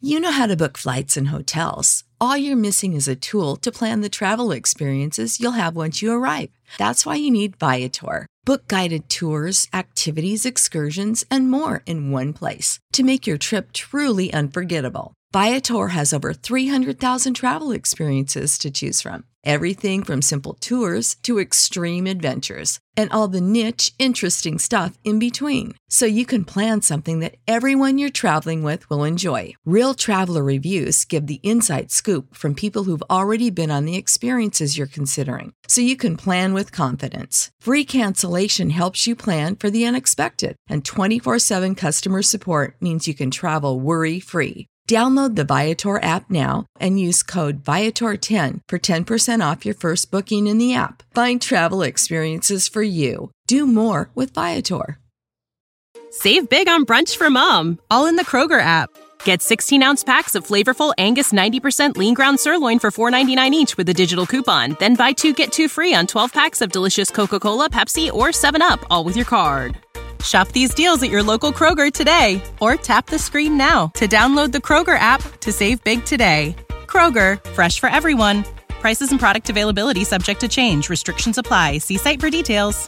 You know how to book flights and hotels. All you're missing is a tool to plan the travel experiences you'll have once you arrive. That's why you need Viator. Book guided tours, activities, excursions, and more in one place to make your trip truly unforgettable. Viator has over 300,000 travel experiences to choose from. Everything from simple tours to extreme adventures and all the niche, interesting stuff in between. So you can plan something that everyone you're traveling with will enjoy. Real traveler reviews give the inside scoop from people who've already been on the experiences you're considering. So you can plan with confidence. Free cancellation helps you plan for the unexpected. And 24/7 customer support means you can travel worry-free. Download the Viator app now and use code Viator10 for 10% off your first booking in the app. Find travel experiences for you. Do more with Viator. Save big on brunch for mom, all in the Kroger app. Get 16-ounce packs of flavorful Angus 90% lean ground sirloin for $4.99 each with a digital coupon. Then buy 2, get 2 free on 12 packs of delicious Coca-Cola, Pepsi, or 7UP, all with your card. Shop these deals at your local Kroger today, or tap the screen now to download the Kroger app to save big today. Kroger, fresh for everyone. Prices and product availability subject to change. Restrictions apply. See site for details.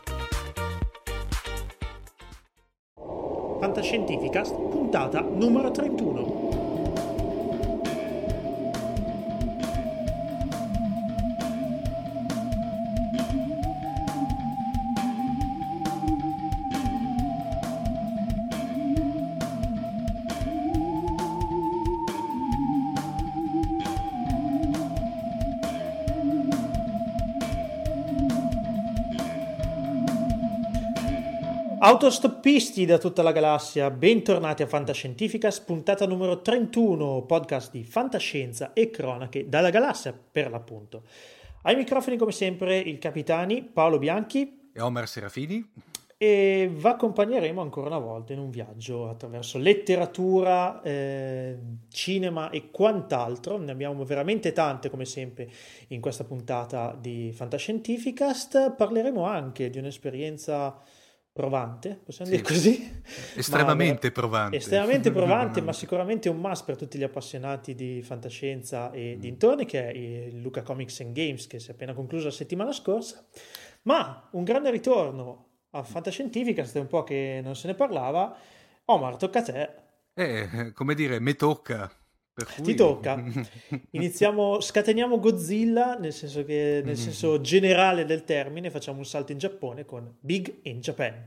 Fantascientificast, puntata numero 31. Autostoppisti da tutta la galassia, bentornati a Fantascientificast, puntata numero 31, podcast di fantascienza e cronache dalla galassia, per l'appunto. Ai microfoni, come sempre, il capitani Paolo Bianchi e Omar Serafini, e vi accompagneremo ancora una volta in un viaggio attraverso letteratura, cinema e quant'altro. Ne abbiamo veramente tante, come sempre, in questa puntata di Fantascientificast. Parleremo anche di un'esperienza provante, possiamo dire così? Estremamente provante. Estremamente provante, ma sicuramente un must per tutti gli appassionati di fantascienza e dintorni, che è il Luca Comics and Games, che si è appena concluso la settimana scorsa. Ma un grande ritorno a Fantascientificast, è un po' che non se ne parlava. Omar, tocca a te. Come dire, me tocca. Per cui... Ti tocca. Scateniamo Godzilla, nel senso generale del termine, facciamo un salto in Giappone con Big in Japan.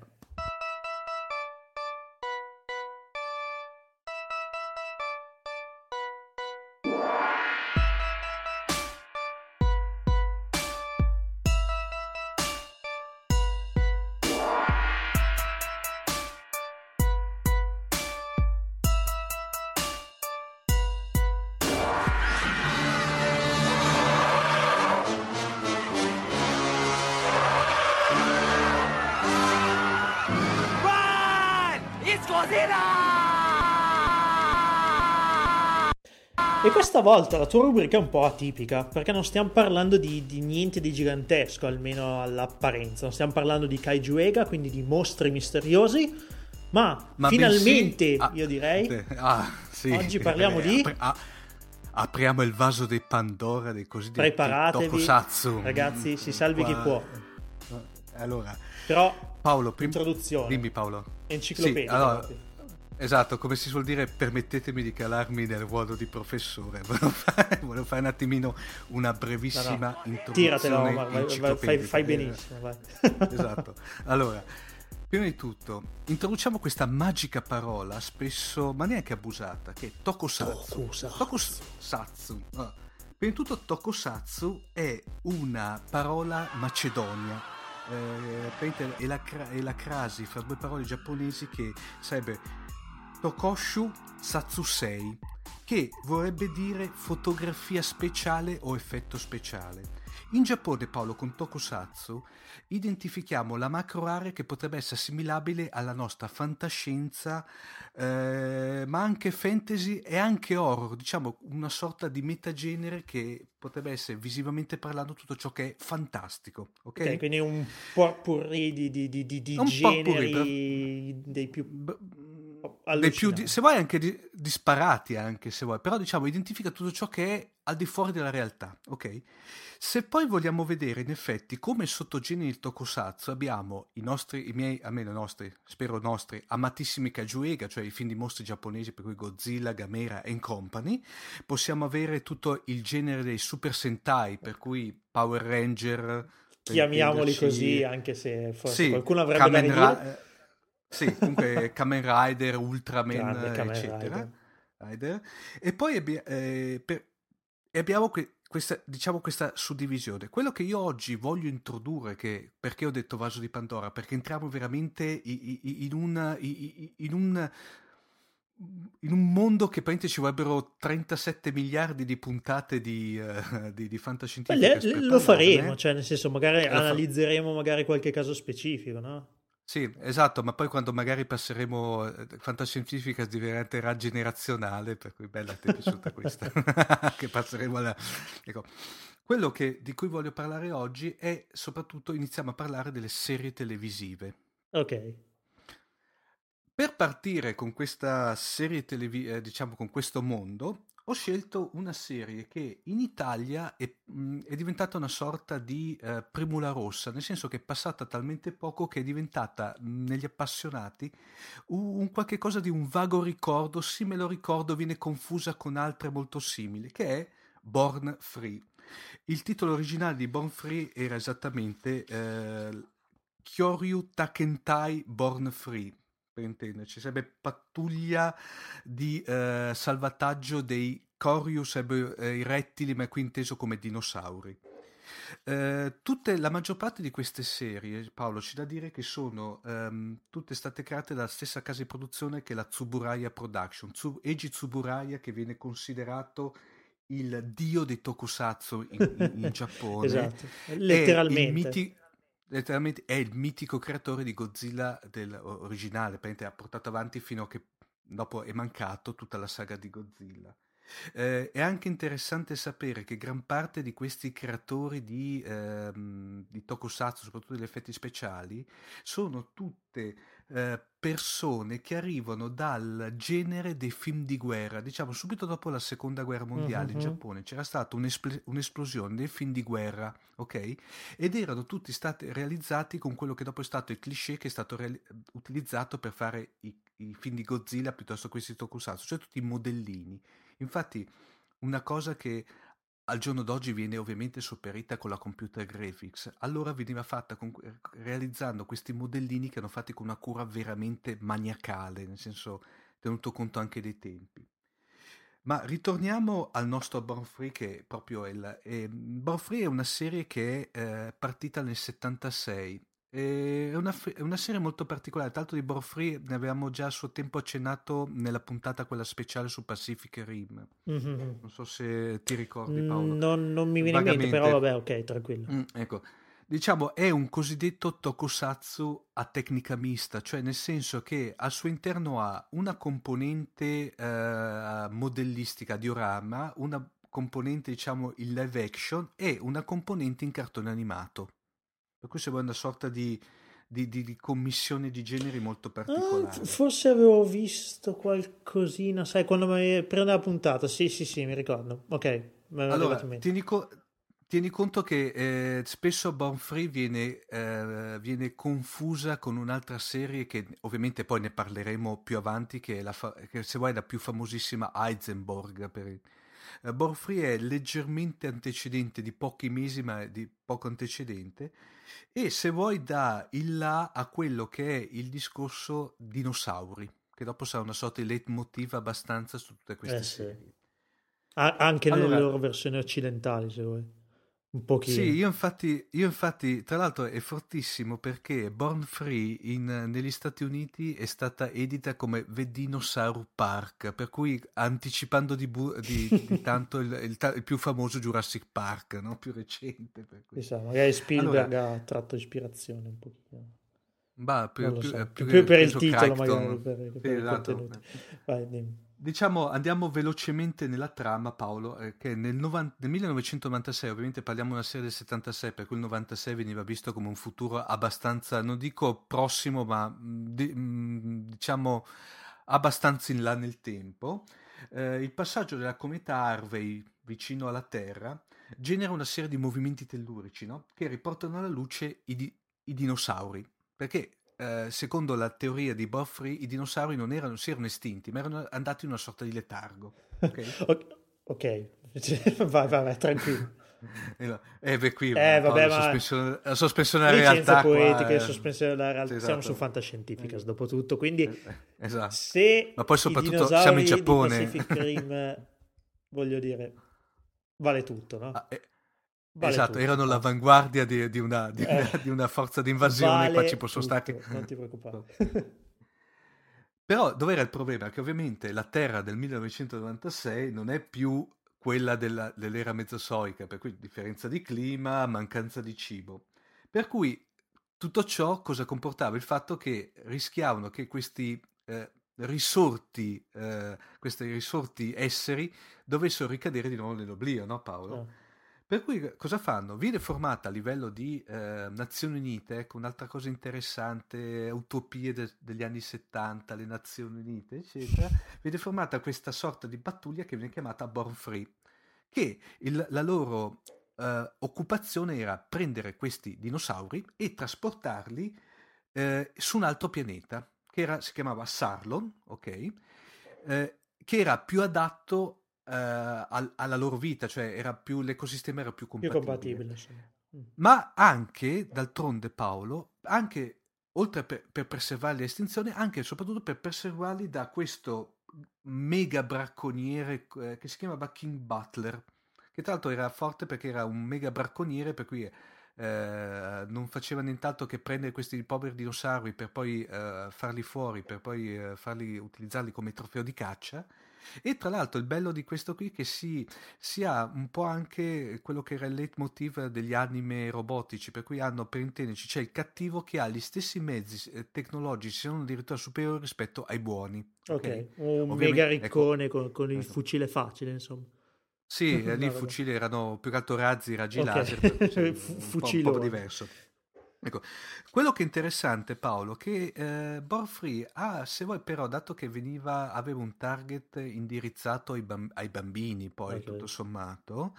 E questa volta la tua rubrica è un po' atipica, perché non stiamo parlando di niente di gigantesco, almeno all'apparenza. Non stiamo parlando di Kaiju Ega, quindi di mostri misteriosi, ma finalmente, io direi, sì. Oggi parliamo di... Apriamo il vaso di Pandora dei cosiddetti Preparatevi, tokusatsu. Ragazzi, si salvi chi può. Allora, però, Paolo, introduzione. Dimmi, Paolo. Enciclopedia. Sì, allora, esatto, come si suol dire, permettetemi di calarmi nel ruolo di professore. Volevo fare un attimino una brevissima introduzione. Tiratela, Omar, fai benissimo. Vai. Esatto. Allora, prima di tutto, introduciamo questa magica parola, spesso, ma neanche abusata, che è tokusatsu. Tokusatsu. Prima di tutto, tokusatsu è una parola macedonia. È la crasi fra due parole giapponesi che sarebbe Tokoshu Satsusei, che vorrebbe dire fotografia speciale o effetto speciale. In Giappone, Paolo, con tokusatsu identifichiamo la macroarea che potrebbe essere assimilabile alla nostra fantascienza, ma anche fantasy e anche horror, diciamo una sorta di metagenere che potrebbe essere visivamente parlando tutto ciò che è fantastico. Ok, quindi un potpourri di generi dei più se vuoi anche disparati anche se vuoi, però diciamo identifica tutto ciò che è al di fuori della realtà, ok? Se poi vogliamo vedere in effetti come sottogeneri il tokusatsu, abbiamo spero nostri amatissimi Kajuega, cioè i film di mostri giapponesi per cui Godzilla, Gamera and Company. Possiamo avere tutto il genere dei Super Sentai, per cui Power Ranger, chiamiamoli così, anche se forse sì, qualcuno avrebbe da ridire. Sì, comunque Kamen Rider, Ultraman, Kamen eccetera. Rider. E poi abbiamo questa suddivisione. Quello che io oggi voglio introdurre, perché ho detto vaso di Pandora, perché entriamo veramente in un mondo che praticamente ci vorrebbero 37 miliardi di puntate di fantascientifica. Lo faremo, cioè nel senso magari analizzeremo magari qualche caso specifico, no? Sì, esatto, ma poi quando magari passeremo fantascientifica diventerà generazionale, per cui bella, ti è piaciuta questa? Che passeremo alla... Ecco. Quello di cui voglio parlare oggi è soprattutto iniziamo a parlare delle serie televisive. Ok. Per partire con questa serie televisiva, diciamo con questo mondo, ho scelto una serie che in Italia è diventata una sorta di primula rossa, nel senso che è passata talmente poco che è diventata negli appassionati un qualche cosa di un vago ricordo, sì me lo ricordo, viene confusa con altre molto simili, che è Born Free. Il titolo originale di Born Free era esattamente Kyoryu Takentai Born Free, per intenderci, sarebbe pattuglia di salvataggio dei Koryu, sarebbero i rettili, ma è qui inteso come dinosauri. La maggior parte di queste serie, Paolo, c'è da dire che sono tutte state create dalla stessa casa di produzione che la Tsuburaya Production, Eiji Tsuburaya, che viene considerato il dio dei tokusatsu in Giappone. Esatto, letteralmente. Letteralmente è il mitico creatore di Godzilla originale, ha portato avanti fino a che dopo è mancato tutta la saga di Godzilla. È anche interessante sapere che gran parte di questi creatori di tokusatsu, soprattutto degli effetti speciali, sono tutte persone che arrivano dal genere dei film di guerra. Diciamo, subito dopo la seconda guerra mondiale in Giappone c'era stata un'esplosione dei film di guerra, ok? Ed erano tutti stati realizzati con quello che dopo è stato il cliché che è stato utilizzato per fare i film di Godzilla piuttosto che questi tokusatsu, cioè tutti i modellini. Infatti una cosa che al giorno d'oggi viene ovviamente sopperita con la computer graphics, allora veniva fatta realizzando questi modellini che erano fatti con una cura veramente maniacale, nel senso tenuto conto anche dei tempi. Ma ritorniamo al nostro Born Free, che proprio Born Free è una serie che è partita nel 76. È una serie molto particolare. Tra l'altro di Born Free ne avevamo già a suo tempo accennato nella puntata quella speciale su Pacific Rim. Non so se ti ricordi, Paolo. Non mi viene in mente, però vabbè, ok, tranquillo. Ecco. Diciamo è un cosiddetto tokusatsu a tecnica mista, cioè nel senso che al suo interno ha una componente modellistica, diorama, una componente diciamo in live action e una componente in cartone animato. Per cui sembra una sorta di commissione di generi molto particolare. Forse avevo visto qualcosina, sai, quando mi prende la puntata. Sì, mi ricordo. Ok, allora, tieni conto che spesso Born Free viene confusa con un'altra serie che ovviamente poi ne parleremo più avanti, che se vuoi è la più famosissima Heisenberg. Born Free è leggermente antecedente di pochi mesi, ma di poco antecedente, e se vuoi dà il là a quello che è il discorso dinosauri, che dopo sarà una sorta di leitmotiv abbastanza su tutte queste serie. Anche nelle loro versioni occidentali, se vuoi. Un pochino. Sì, io infatti, tra l'altro è fortissimo perché Born Free negli Stati Uniti è stata edita come The Dinosaur Park, per cui anticipando di tanto il più famoso Jurassic Park, no? Più recente. Per cui. Chissà, magari Spielberg ha tratto ispirazione un pochino. Più per il titolo, Crichton, magari per il contenuto. Vai, dimmi. Diciamo, andiamo velocemente nella trama, Paolo, che nel 1996, ovviamente parliamo di una serie del 76, per cui il 96 veniva visto come un futuro abbastanza, non dico prossimo, ma diciamo abbastanza in là nel tempo, il passaggio della cometa Harvey vicino alla Terra genera una serie di movimenti tellurici, no? Che riportano alla luce i dinosauri, perché secondo la teoria di Bob Free i dinosauri non si erano estinti, ma erano andati in una sorta di letargo. Ok, vai, tranquillo. Qui vabbè, la sospensione della realtà, licenze poetiche, sospensione della realtà, esatto. Siamo su Fantascientificas dopo tutto, quindi esatto. se ma poi soprattutto siamo in Giappone, di Pacific Rim, voglio dire, vale tutto, no? Vale esatto, tutto, erano l'avanguardia di una forza di invasione, vale qua ci possono tutto, stare. Non ti preoccupare. Però dov'era il problema? Che ovviamente la Terra del 1996 non è più quella dell'era mesozoica, per cui differenza di clima, mancanza di cibo. Per cui tutto ciò cosa comportava? Il fatto che rischiavano che questi risorti esseri dovessero ricadere di nuovo nell'oblio, no Paolo? Per cui cosa fanno? Viene formata a livello di Nazioni Unite, ecco un'altra cosa interessante, utopie degli anni 70, le Nazioni Unite, eccetera, viene formata questa sorta di pattuglia che viene chiamata Born Free, che la loro occupazione era prendere questi dinosauri e trasportarli su un altro pianeta, che si chiamava Sarlon, ok? Che era più adatto alla loro vita, cioè l'ecosistema era più compatibile. Ma anche, d'altronde Paolo, anche oltre per preservarli dall'estinzione, anche e soprattutto per preservarli da questo mega bracconiere che si chiamava King Butler, che tra l'altro era forte perché era un mega bracconiere, per cui non faceva nient'altro che prendere questi poveri dinosauri per poi farli fuori, per poi utilizzarli come trofeo di caccia. E tra l'altro il bello di questo qui è che si ha un po' anche quello che era il leitmotiv degli anime robotici, per cui hanno, per intenderci, c'è il cattivo che ha gli stessi mezzi tecnologici, se non addirittura superiori rispetto ai buoni. Ok, un mega riccone con il fucile facile, insomma. Sì, lì i fucili erano più che altro raggi laser, un po' diverso. Ecco, quello che è interessante, Paolo, che Born Free se vuoi però, dato che aveva un target indirizzato ai bambini, poi tutto sommato,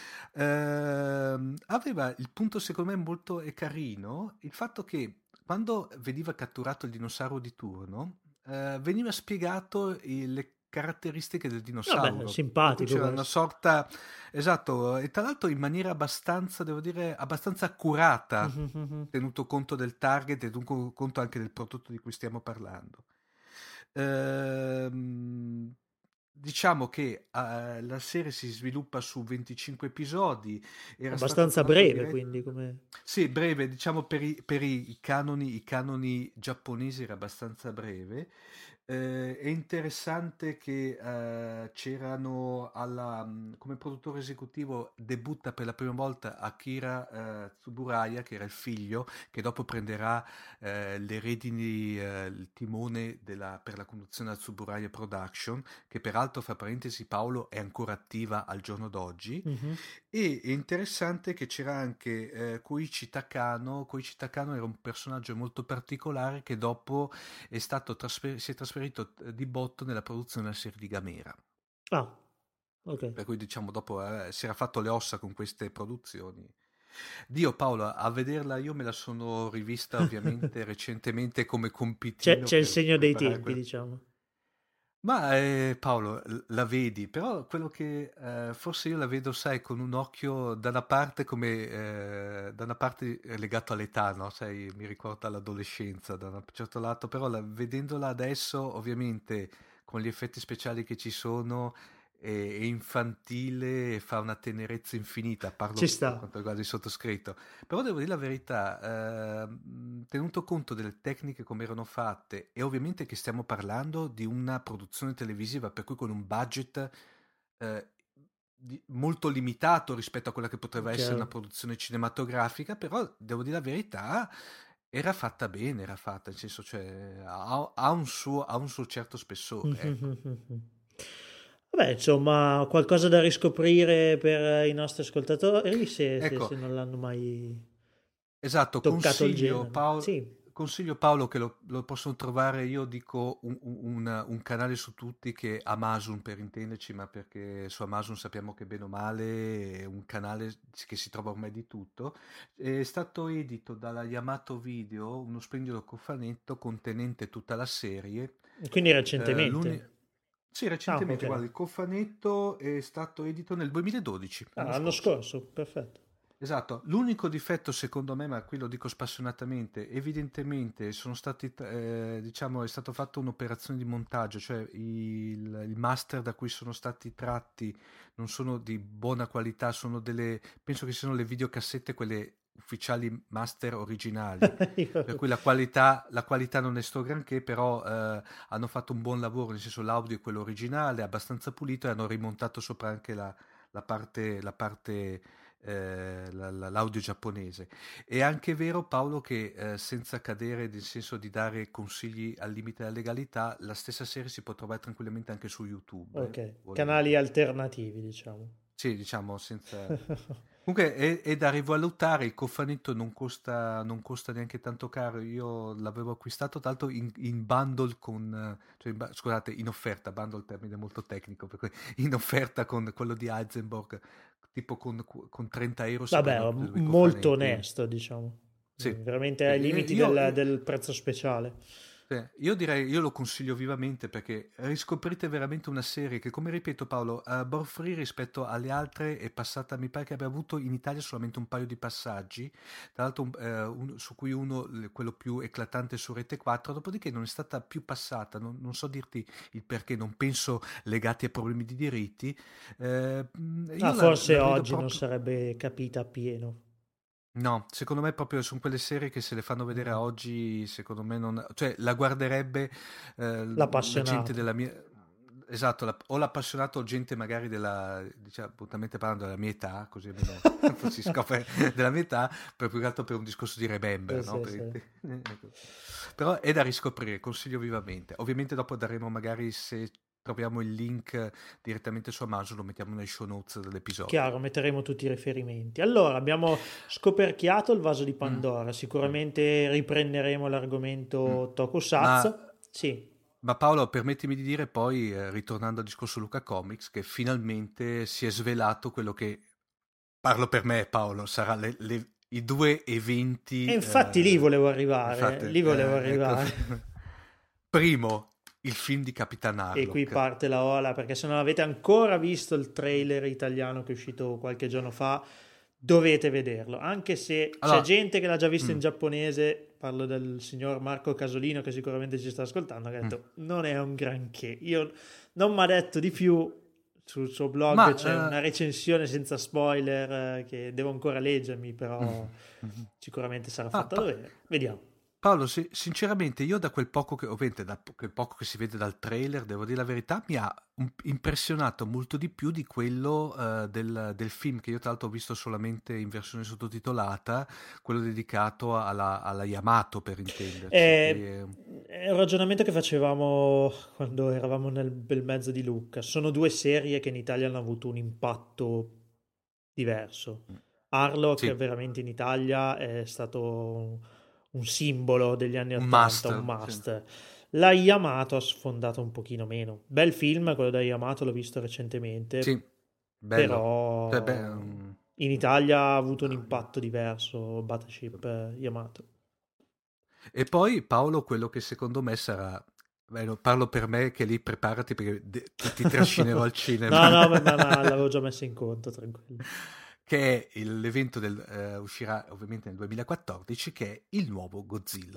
aveva il punto secondo me molto carino, il fatto che quando veniva catturato il dinosauro di turno, veniva spiegato le caratteristiche del dinosauro. Vabbè, simpatico. C'era una sorta, esatto, e tra l'altro in maniera abbastanza, devo dire, abbastanza accurata, tenuto conto del target e tenuto conto anche del prodotto di cui stiamo parlando. Diciamo che la serie si sviluppa su 25 episodi. Era abbastanza breve, quindi come... Sì, breve, diciamo per i canoni giapponesi era abbastanza breve. È interessante che c'erano come produttore esecutivo debutta per la prima volta Akira Tsuburaya, che era il figlio che dopo prenderà le redini, il timone per la conduzione della Tsuburaya Production, che peraltro, fra parentesi, Paolo, è ancora attiva al giorno d'oggi. E è interessante che c'era anche Koichi Takano. Koichi Takano era un personaggio molto particolare che dopo si è trasferito di botto nella produzione della serie di Gamera. Ok. Per cui diciamo dopo si era fatto le ossa con queste produzioni. Dio, Paolo, a vederla io me la sono rivista ovviamente recentemente come compitino. C'è il segno dei tempi, diciamo. Ma Paolo, la vedi, però quello che forse io la vedo, sai, con un occhio da una parte legato all'età, no? Sai, mi ricorda l'adolescenza da un certo lato, però vedendola adesso, ovviamente, con gli effetti speciali che ci sono, è infantile e fa una tenerezza infinita, parlo per quanto riguarda il sottoscritto. Però devo dire la verità, tenuto conto delle tecniche come erano fatte, e ovviamente che stiamo parlando di una produzione televisiva, per cui con un budget molto limitato rispetto a quella che poteva essere una produzione cinematografica, però devo dire la verità, era fatta bene, nel senso, cioè, ha un suo certo spessore, ecco. Vabbè, insomma, qualcosa da riscoprire per i nostri ascoltatori se non l'hanno mai esatto, toccato il consiglio, genere. Paolo, Sì. consiglio Paolo che lo possono trovare, io dico un canale su tutti, che è Amazon, per intenderci, ma perché su Amazon sappiamo che bene o male è un canale che si trova ormai di tutto. È stato edito dalla Yamato Video, uno splendido cofanetto contenente tutta la serie. Quindi recentemente? Sì, recentemente, Ok. guarda, il cofanetto è stato edito nel 2012, L'anno scorso, perfetto. Esatto, l'unico difetto secondo me, ma qui lo dico spassionatamente, evidentemente sono stati, diciamo, è stato fatto un'operazione di montaggio, cioè il master da cui sono stati tratti non sono di buona qualità, penso che siano le videocassette, quelle ufficiali master originali, per cui la qualità non è sto granché, però hanno fatto un buon lavoro, nel senso l'audio è quello originale, abbastanza pulito, e hanno rimontato sopra anche la parte l'audio giapponese. È anche vero, Paolo, che senza cadere nel senso di dare consigli al limite della legalità, la stessa serie si può trovare tranquillamente anche su YouTube. Ok, canali alternativi, diciamo. Sì, diciamo, senza... Comunque è da rivalutare, il cofanetto non costa neanche tanto caro, io l'avevo acquistato tra l'altro in bundle scusate, in offerta, bundle è un termine molto tecnico, per cui in offerta con quello di Heisenberg, tipo con 30 euro. Vabbè, molto onesto, diciamo. Sì. Veramente ai limiti del prezzo speciale. Io direi, io lo consiglio vivamente, perché riscoprite veramente una serie che, come ripeto Paolo, Born Free rispetto alle altre è passata, mi pare che abbia avuto in Italia solamente un paio di passaggi, tra l'altro su cui uno, quello più eclatante, su Rete 4, dopodiché non è stata più passata, non so dirti il perché, non penso legati a problemi di diritti. Forse oggi non sarebbe capita appieno. No, secondo me proprio sono quelle serie che se le fanno vedere a oggi, secondo me non... Cioè, la guarderebbe la gente della mia... Esatto, o l'appassionato o gente magari della, diciamo, brutalmente parlando, della mia età, così almeno si scopre della mia età, per più che altro per un discorso di Remember, no? Sì. Però è da riscoprire, consiglio vivamente. Ovviamente dopo daremo magari, se troviamo il link direttamente su Amazon, lo mettiamo nei show notes dell'episodio. Chiaro, metteremo tutti i riferimenti. Allora, abbiamo scoperchiato il vaso di Pandora, sicuramente riprenderemo l'argomento Tokusatsu. Sì. Ma Paolo, permettimi di dire poi, ritornando al discorso Luca Comics, che finalmente si è svelato quello che, parlo per me Paolo, sarà i due eventi... E infatti lì volevo arrivare, Ecco. Primo, il film di Capitan Harlock. E qui parte la ola, perché se non avete ancora visto il trailer italiano che è uscito qualche giorno fa, dovete vederlo, anche se c'è gente che l'ha già visto in giapponese. Parlo del signor Marco Casolino, che sicuramente ci sta ascoltando, che ha detto non è un granché. Non mi ha detto di più. Sul suo blog c'è una recensione senza spoiler che devo ancora leggermi, però sicuramente sarà fatta dovere. Vediamo. Paolo, sinceramente io da quel poco che, ovviamente da quel poco che si vede dal trailer, devo dire la verità, mi ha impressionato molto di più di quello del film, che io tra l'altro ho visto solamente in versione sottotitolata, quello dedicato alla Yamato, per intenderci. È un ragionamento che facevamo quando eravamo nel bel mezzo di Lucca. Sono due serie che in Italia hanno avuto un impatto diverso. Harlock veramente in Italia è stato un simbolo degli anni 80, un must. Sì. La Yamato ha sfondato un pochino meno. Bel film, quello da Yamato, l'ho visto recentemente. Sì, bello. Però in Italia ha avuto un impatto diverso Battleship Yamato. E poi Paolo, quello che secondo me sarà... parlo per me, che lì preparati perché ti trascinerò al cinema. No, l'avevo già messo in conto, tranquillo. Che è l'evento uscirà ovviamente nel 2014, che è il nuovo Godzilla.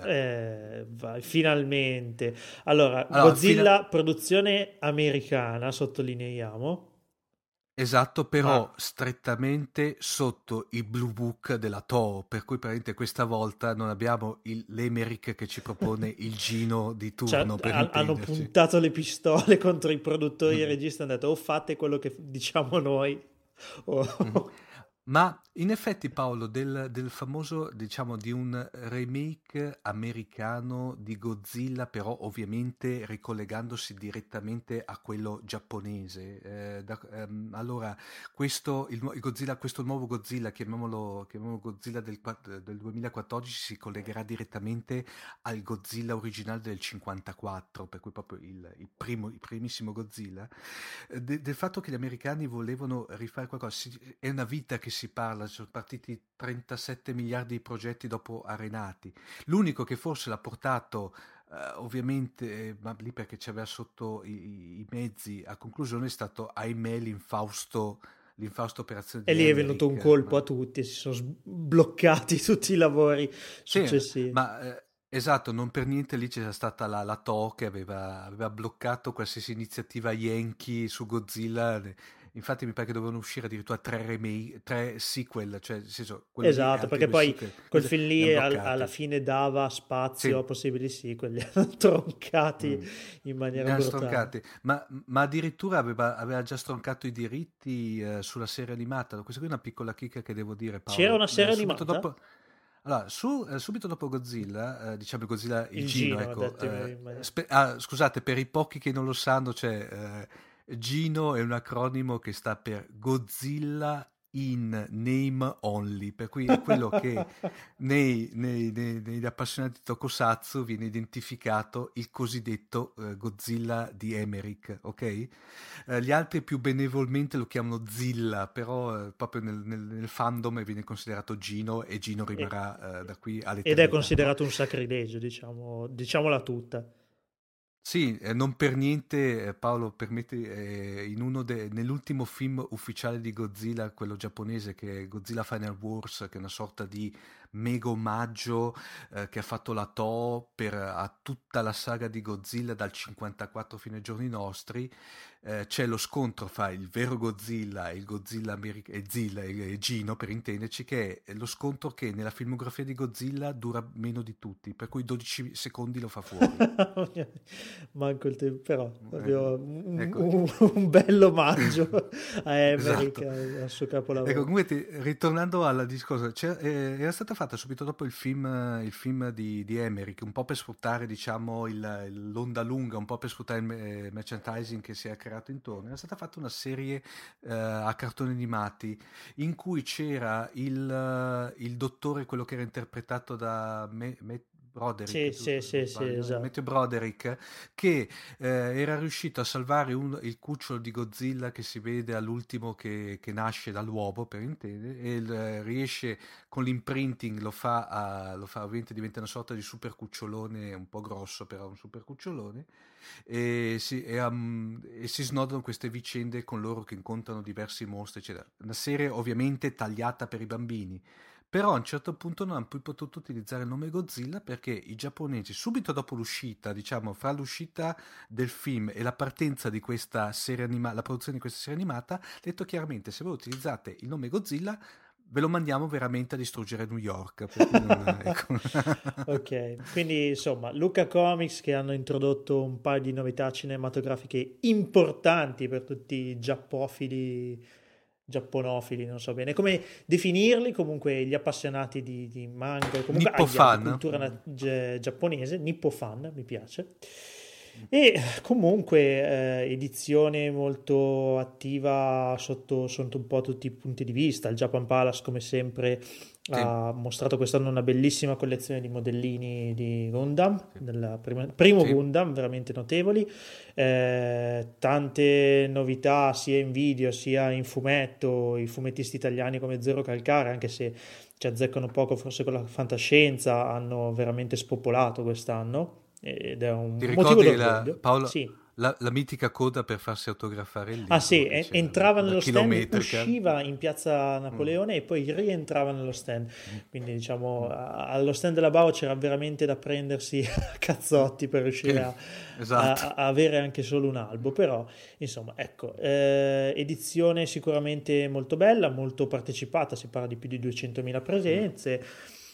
Finalmente. Allora Godzilla, produzione americana, sottolineiamo. Esatto, però strettamente sotto il Blue Book della Toho, per cui praticamente questa volta non abbiamo l'Emerick che ci propone il Gino di turno. Hanno puntato le pistole contro i produttori e i registi, hanno detto o fate quello che diciamo noi Ma in effetti Paolo, del famoso, diciamo, di un remake americano di Godzilla, però ovviamente ricollegandosi direttamente a quello giapponese. Allora, il Godzilla, questo nuovo Godzilla, chiamiamolo Godzilla del 2014, si collegherà direttamente al Godzilla originale del 54, per cui proprio il primissimo Godzilla. Del fatto che gli americani volevano rifare qualcosa, è una vita che si parla, sono partiti 37 miliardi di progetti dopo Arenati. L'unico che forse l'ha portato, ovviamente, ma lì perché c'aveva sotto i mezzi a conclusione, è stato, ahimè, l'infausto operazione E di lì è venuto un colpo Emmerich. a tutti, si sono bloccati tutti i lavori Sì, successivi. ma esatto, non per niente lì c'era stata la TOE che aveva bloccato qualsiasi iniziativa Yankee su Godzilla. Infatti mi pare che dovevano uscire addirittura 3 sequel, cioè nel senso, quello lì e Esatto, altri perché 2 poi sequel, quel film li hanno lì alla bloccati. fine dava spazio Sì. a possibili sequel, li hanno troncati Mm. in Li maniera hanno brutale. stroncati, ma addirittura aveva già stroncato i diritti sulla serie animata. Questa qui è una piccola chicca che devo dire, C'era Paolo. una serie Subito animata? dopo, allora, subito dopo Godzilla, diciamo Godzilla il Il Gino, Gino, ecco. detto in maniera... Scusate, per i pochi che non lo sanno, cioè, Gino è un acronimo che sta per Godzilla in Name Only, per cui è quello che negli appassionati di Tokusatsu viene identificato il cosiddetto Godzilla di Emmerich, ok? Gli altri più benevolmente lo chiamano Zilla, però proprio nel fandom viene considerato Gino e Gino E- rimarrà da qui ed è all'eternità, no? considerato un sacrilegio, diciamola tutta. Sì, non per niente Paolo permette nell'ultimo film ufficiale di Godzilla, quello giapponese che è Godzilla Final Wars, che è una sorta di mega omaggio che ha fatto la TOE a tutta la saga di Godzilla dal 54 fino ai giorni nostri. C'è lo scontro fra il vero Godzilla e il Godzilla e Zilla e Gino, per intenderci, che è lo scontro che nella filmografia di Godzilla dura meno di tutti, per cui 12 secondi lo fa fuori. Manco il tempo, però proprio Ecco, un bel omaggio a Emmerich, esatto. al suo Ecco, capolavoro. comunque ritornando al discorso, era stata fatta subito dopo il film di Emmerich, un po' per sfruttare, diciamo, l'onda lunga, un po' per sfruttare il merchandising che si è creato intorno. Era stata fatta una serie a cartoni animati in cui c'era il dottore, quello che era interpretato da Matt Broderick, Sì, sì, giusto se non sì, sì, sbaglio, esatto. Matthew Broderick, che era riuscito a salvare il cucciolo di Godzilla che si vede all'ultimo che nasce dall'uovo, per intendere, e riesce con l'imprinting, lo fa ovviamente diventa una sorta di super cucciolone, un po' grosso però un super cucciolone, e si snodano queste vicende con loro che incontrano diversi mostri, eccetera. Una serie ovviamente tagliata per i bambini. Però a un certo punto non hanno più potuto utilizzare il nome Godzilla perché i giapponesi, subito dopo l'uscita, diciamo, fra l'uscita del film e la partenza di questa serie la produzione di questa serie animata, ha detto chiaramente: se voi utilizzate il nome Godzilla, ve lo mandiamo veramente a distruggere New York. Per cui ecco. Ok, quindi insomma, Luca Comics che hanno introdotto un paio di novità cinematografiche importanti per tutti i giapponofili, non so bene come definirli, comunque gli appassionati di manga, comunque Nippo di fan. cultura giapponese, Nippo fan, mi piace. E comunque edizione molto attiva sotto un po' tutti i punti di vista. Il Japan Palace, come sempre, Sì, ha mostrato quest'anno una bellissima collezione di modellini di Gundam, del primo sì. Gundam, veramente notevoli. Tante novità sia in video sia in fumetto, i fumettisti italiani come Zero Calcare, anche se ci azzeccano poco forse con la fantascienza, hanno veramente spopolato quest'anno ed è un Ti motivo ricordi d'orgoglio. Paolo, Sì. la mitica coda per farsi autografare il Ah libro sì, che c'era, entrava la nello stand, chilometrica? usciva in piazza Mm. Napoleone e poi rientrava nello stand. Mm. Quindi diciamo Mm. allo stand della Bao c'era veramente da prendersi a cazzotti per riuscire Sì, esatto. a avere anche solo un albo. Però insomma ecco, edizione sicuramente molto bella, molto partecipata, si parla di più di 200.000 presenze.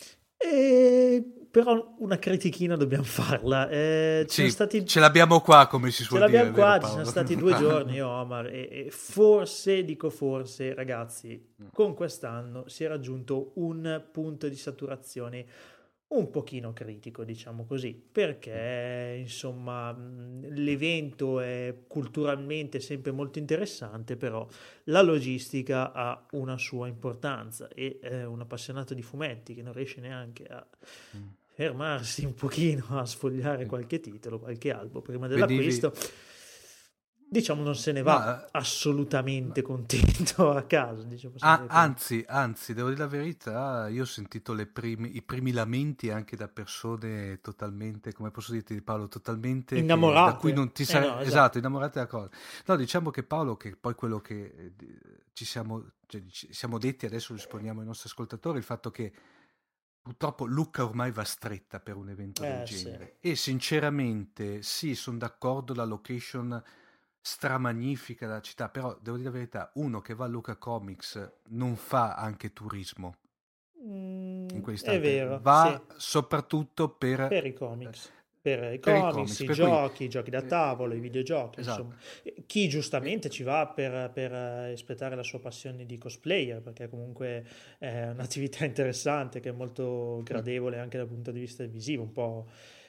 Però una critichina dobbiamo farla. Ce l'abbiamo qua, come si suol dire. Ce l'abbiamo qua, ci sono stati 2 giorni, Omar, e forse, ragazzi, con quest'anno si è raggiunto un punto di saturazione un pochino critico, diciamo così, perché insomma l'evento è culturalmente sempre molto interessante, però la logistica ha una sua importanza e un appassionato di fumetti che non riesce neanche a fermarsi un pochino a sfogliare qualche titolo, qualche albo prima dell'acquisto, diciamo non se ne va assolutamente contento a casa, diciamo. Anzi, devo dire la verità, io ho sentito i primi lamenti anche da persone totalmente, come posso dirti Paolo, totalmente innamorate, da cui non ti sarei no, esatto, innamorate della cosa. No, diciamo che Paolo, che poi quello che ci siamo detti, adesso risponiamo ai nostri ascoltatori, il fatto che purtroppo Lucca ormai va stretta per un evento del genere, e sinceramente sì, sono d'accordo, la location stramagnifica della città, però devo dire la verità, uno che va a Lucca Comics non fa anche turismo in quell'istante, è vero, va soprattutto per i comics, per i comics, i giochi da tavolo, i videogiochi, esatto. Insomma. Chi giustamente ci va per espletare la sua passione di cosplayer, perché comunque è un'attività interessante che è molto gradevole anche dal punto di vista visivo, un po'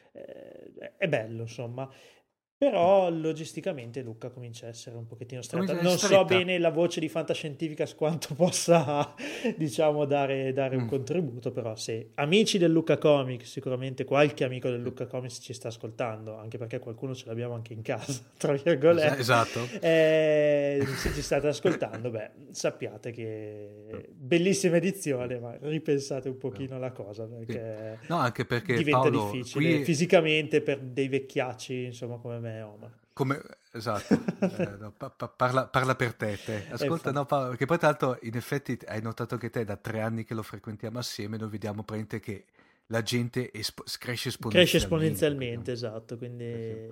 è bello, insomma. Però logisticamente Lucca comincia a essere un pochettino stretta. Non so bene la voce di Fantascientificas quanto possa, diciamo, dare un contributo, però se amici del Lucca Comics, sicuramente qualche amico del Lucca Comics ci sta ascoltando, anche perché qualcuno ce l'abbiamo anche in casa, tra virgolette. Esatto. Se ci state ascoltando, sappiate che bellissima edizione, ma ripensate un pochino alla cosa, perché, no, anche perché diventa Paolo, difficile fisicamente per dei vecchiacci, insomma, come me. Esatto, parla per te. Ascolta, no, Paolo, perché poi tanto in effetti hai notato che te da 3 anni che lo frequentiamo assieme, noi vediamo praticamente che la gente cresce esponenzialmente. Esatto, quindi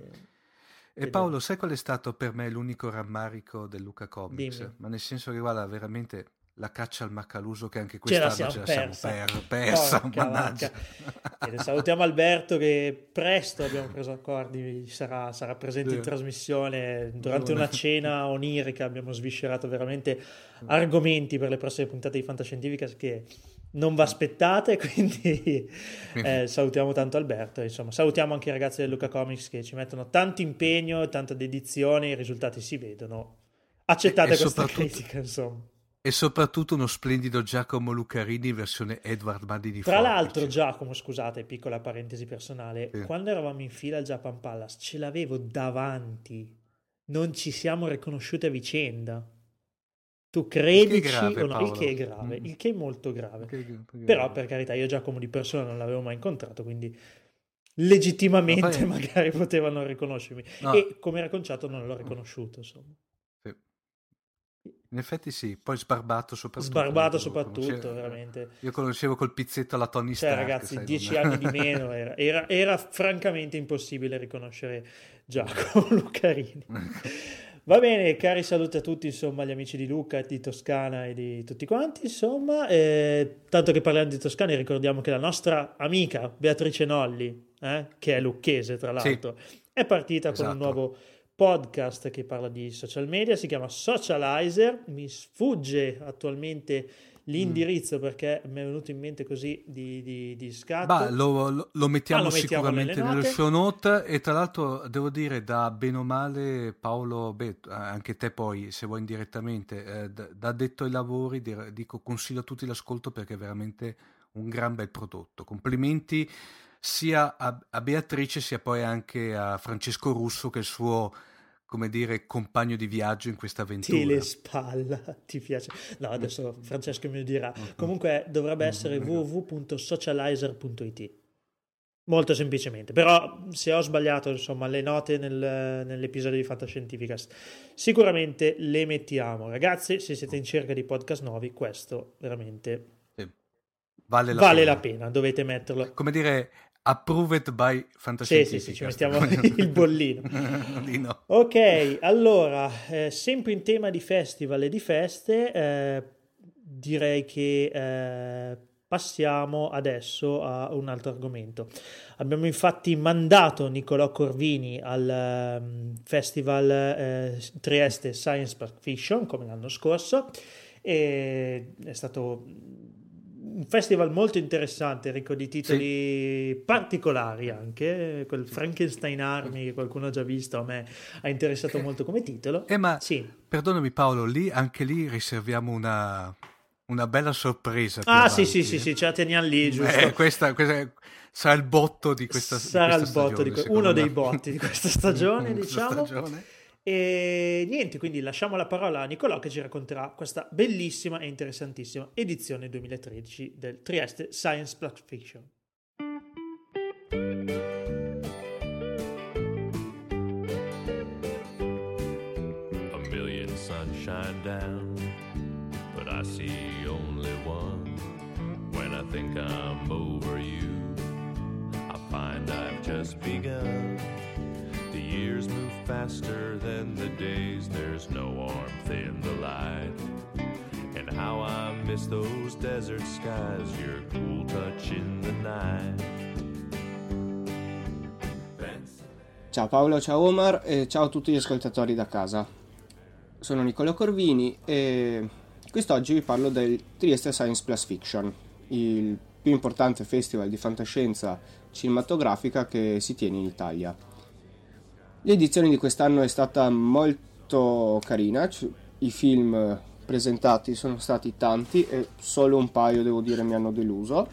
e Paolo, sai qual è stato per me l'unico rammarico del Lucca Comics? Dimmi. Ma nel senso che guarda, veramente la caccia al Maccaluso, che anche quest'anno ce la siamo persa, mannaggia. Salutiamo Alberto, che presto abbiamo preso accordi, sarà presente in trasmissione durante una cena onirica. Abbiamo sviscerato veramente argomenti per le prossime puntate di Fantascientificas che non vi aspettate, quindi salutiamo tanto Alberto, insomma salutiamo anche i ragazzi del Lucca Comics che ci mettono tanto impegno, tanta dedizione, i risultati si vedono, accettate questa critica, insomma. E soprattutto uno splendido Giacomo Lucarini versione Edward Mandi di Tra l'altro Giacomo, scusate, piccola parentesi personale, quando eravamo in fila al Japan Palace ce l'avevo davanti, non ci siamo riconosciuti a vicenda. Tu credici o no? Il che è grave, il che è molto grave. Però per carità, io Giacomo di persona non l'avevo mai incontrato, quindi legittimamente magari potevano riconoscermi. No. E come era conciato non l'ho riconosciuto, insomma. In effetti sì, poi sbarbato soprattutto, veramente. Io conoscevo col pizzetto alla Tony Stark. Ragazzi, 10 anni di meno era francamente impossibile riconoscere Giacomo Lucarini. Va bene, cari saluti a tutti, insomma, gli amici di Lucca, di Toscana e di tutti quanti, insomma. Tanto che parliamo di Toscana, ricordiamo che la nostra amica Beatrice Nolli, che è lucchese tra l'altro, è partita con un nuovo podcast che parla di social media, si chiama Socializer. Mi sfugge attualmente l'indirizzo perché mi è venuto in mente così di scatto. Lo mettiamo sicuramente nelle show note. E tra l'altro devo dire, da bene o male Paolo, anche te poi se vuoi indirettamente, da addetto ai lavori dico, consiglio a tutti l'ascolto perché è veramente un gran bel prodotto. Complimenti sia a Beatrice sia poi anche a Francesco Russo, che è il suo, come dire, compagno di viaggio in questa avventura. Ti le spalla, ti piace? No, adesso Francesco mi dirà. Comunque dovrebbe essere www.socializer.it. Molto semplicemente. Però se ho sbagliato, insomma, le note nell'episodio di Fantascientificas sicuramente le mettiamo. Ragazzi, se siete in cerca di podcast nuovi, questo veramente vale la pena. Dovete metterlo. Come dire, approved by Fantascientificas. Sì, ci mettiamo il bollino. Ok, allora, sempre in tema di festival e di feste, direi che passiamo adesso a un altro argomento. Abbiamo infatti mandato Niccolò Corvini al Festival Trieste Science Fiction, come l'anno scorso, e è stato un festival molto interessante, ricco di titoli particolari anche. Quel Frankenstein Army che qualcuno ha già visto, a me ha interessato molto come titolo. Ma sì. Perdonami Paolo, anche lì riserviamo una bella sorpresa. Sì, ce la teniamo lì, giusto? Questa sarà il botto di questa stagione. Uno dei botti di questa stagione, diciamo. E niente, quindi lasciamo la parola a Niccolò che ci racconterà questa bellissima e interessantissima edizione 2013 del Trieste Science Fiction. A million sunshine down, but I see only one. When I think I'm over you, I find I've just begun. The years move faster than the days, there's no warmth in the light. And how I miss those desert skies, your cool touch in the night. Ciao Paolo, ciao Omar e ciao a tutti gli ascoltatori da casa. Sono Niccolò Corvini e quest'oggi vi parlo del Trieste Science Plus Fiction, il più importante festival di fantascienza cinematografica che si tiene in Italia. L'edizione di quest'anno è stata molto carina, i film presentati sono stati tanti e solo un paio, devo dire, mi hanno deluso.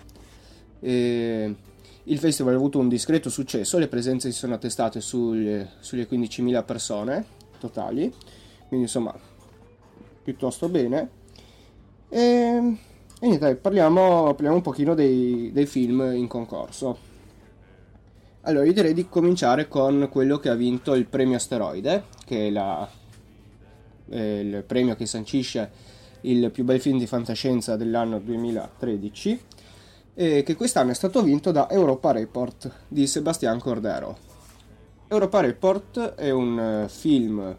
Il festival ha avuto un discreto successo, le presenze si sono attestate sulle 15.000 persone totali, quindi insomma piuttosto bene. E niente, parliamo un pochino dei film in concorso. Allora, io direi di cominciare con quello che ha vinto il premio Asteroide, che è il premio che sancisce il più bel film di fantascienza dell'anno 2013, e che quest'anno è stato vinto da Europa Report di Sebastián Cordero. Europa Report è un film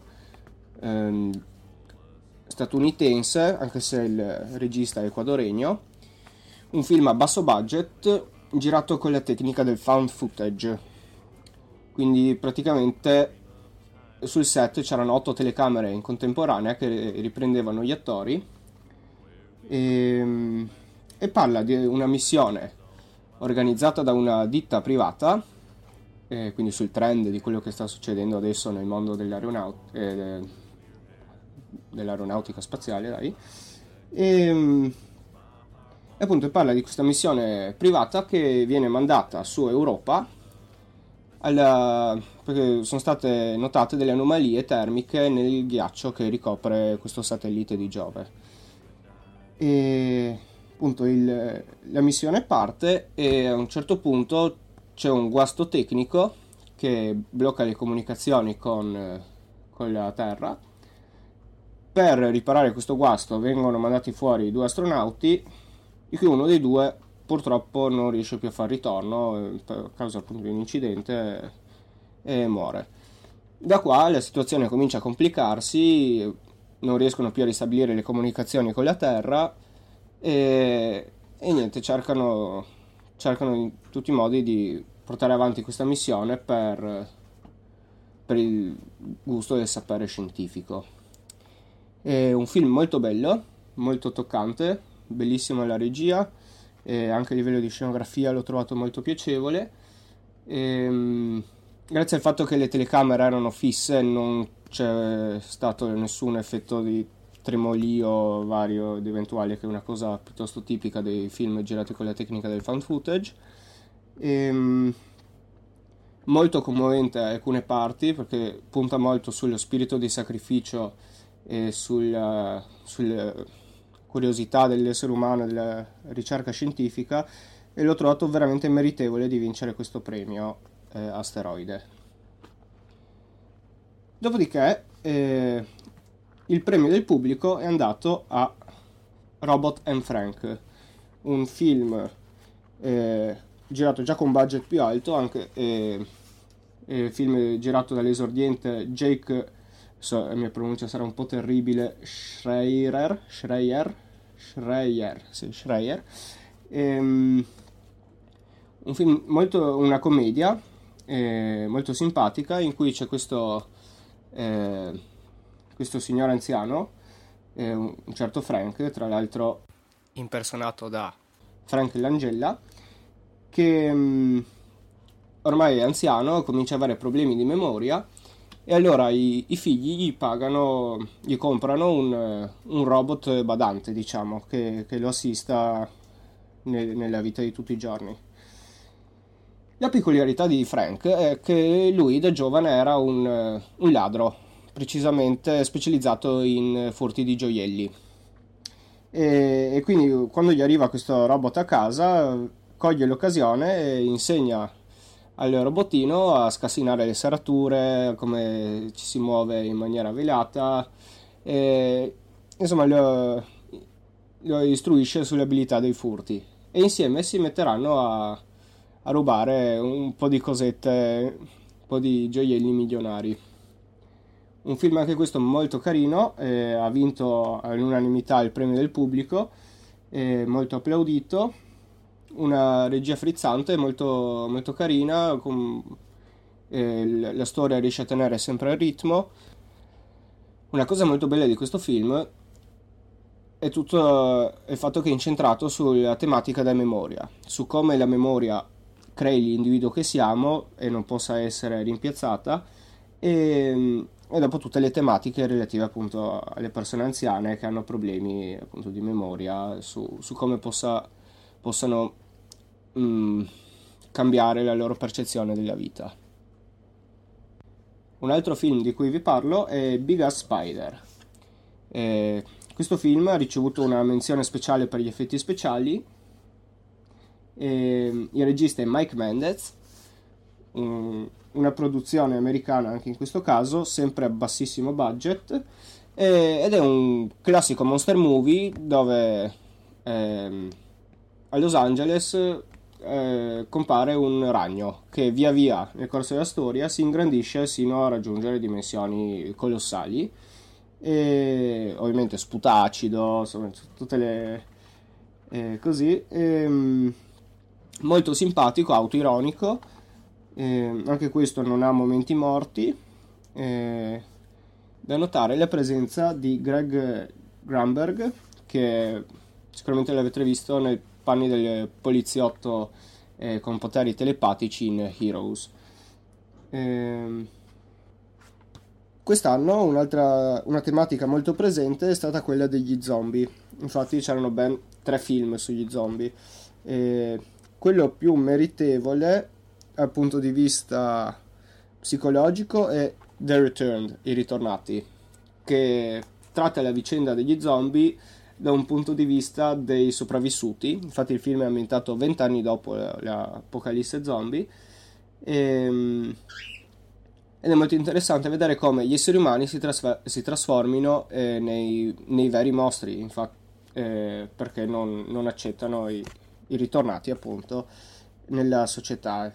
statunitense, anche se il regista è ecuadoregno, un film a basso budget girato con la tecnica del found footage, quindi praticamente sul set c'erano 8 telecamere in contemporanea che riprendevano gli attori e parla di una missione organizzata da una ditta privata, quindi sul trend di quello che sta succedendo adesso nel mondo dell'aeronautica spaziale, dai. E appunto parla di questa missione privata che viene mandata su Europa perché sono state notate delle anomalie termiche nel ghiaccio che ricopre questo satellite di Giove. E appunto la missione parte e a un certo punto c'è un guasto tecnico che blocca le comunicazioni con la Terra. Per riparare questo guasto vengono mandati fuori 2 astronauti, di cui uno dei 2 purtroppo non riesce più a far ritorno per causa appunto di un incidente e muore. Da qua la situazione comincia a complicarsi, non riescono più a ristabilire le comunicazioni con la Terra e niente, cercano in tutti i modi di portare avanti questa missione per il gusto del sapere scientifico. È un film molto bello, molto toccante, bellissima la regia, e anche a livello di scenografia l'ho trovato molto piacevole. Grazie al fatto che le telecamere erano fisse non c'è stato nessun effetto di tremolio vario ed eventuale, che è una cosa piuttosto tipica dei film girati con la tecnica del found footage. Molto commovente alcune parti perché punta molto sullo spirito di sacrificio e sulla curiosità dell'essere umano e della ricerca scientifica, e l'ho trovato veramente meritevole di vincere questo premio Asteroide. Dopodiché il premio del pubblico è andato a Robot and Frank, un film girato già con budget più alto, anche film girato dall'esordiente Jake, la mia pronuncia sarà un po' terribile, Schreier, Un film una commedia molto simpatica, in cui c'è questo signore anziano, un certo Frank, tra l'altro impersonato da Frank Langella, che ormai è anziano, comincia ad avere problemi di memoria, e allora i figli gli comprano un robot badante, diciamo, che lo assista nella vita di tutti i giorni. La peculiarità di Frank è che lui da giovane era un ladro, precisamente specializzato in furti di gioielli. E quindi quando gli arriva questo robot a casa, coglie l'occasione e insegna al robottino a scassinare le serrature, come ci si muove in maniera velata, e insomma lo istruisce sulle abilità dei furti, e insieme si metteranno a rubare un po' di cosette, un po' di gioielli milionari. Un film anche questo molto carino, ha vinto all'unanimità il premio del pubblico, molto applaudito, una regia frizzante, molto, molto carina, la storia riesce a tenere sempre il ritmo. Una cosa molto bella di questo film è tutto il fatto che è incentrato sulla tematica della memoria, su come la memoria crei l'individuo che siamo e non possa essere rimpiazzata, e dopo tutte le tematiche relative appunto alle persone anziane che hanno problemi appunto di memoria, su come possano cambiare la loro percezione della vita. Un altro film di cui vi parlo è Big Ass Spider. Questo film ha ricevuto una menzione speciale per gli effetti speciali. Il regista è Mike Mendez, una produzione americana anche in questo caso, sempre a bassissimo budget, ed è un classico monster movie dove a Los Angeles compare un ragno che via via nel corso della storia si ingrandisce sino a raggiungere dimensioni colossali, e ovviamente sputa acido, insomma tutte le così, molto simpatico, autoironico, anche questo non ha momenti morti. Da notare la presenza di Greg Grunberg, che sicuramente l'avete visto nei panni del poliziotto con poteri telepatici in Heroes. Quest'anno una tematica molto presente è stata quella degli zombie. Infatti c'erano ben 3 film sugli zombie. Quello più meritevole dal punto di vista psicologico è The Returned, i ritornati, che tratta la vicenda degli zombie da un punto di vista dei sopravvissuti. Infatti il film è ambientato 20 anni dopo l'apocalisse zombie, ed è molto interessante vedere come gli esseri umani si trasformino nei veri mostri, infatti, perché non accettano i ritornati appunto nella società.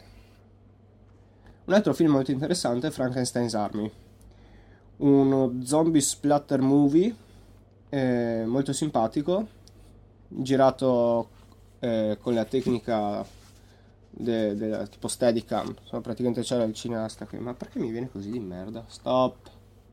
Un altro film molto interessante è Frankenstein's Army, uno zombie splatter movie molto simpatico, girato con la tecnica della tipo Steadicam. Insomma, praticamente c'era il cineasta che, ma perché mi viene così di merda? Stop.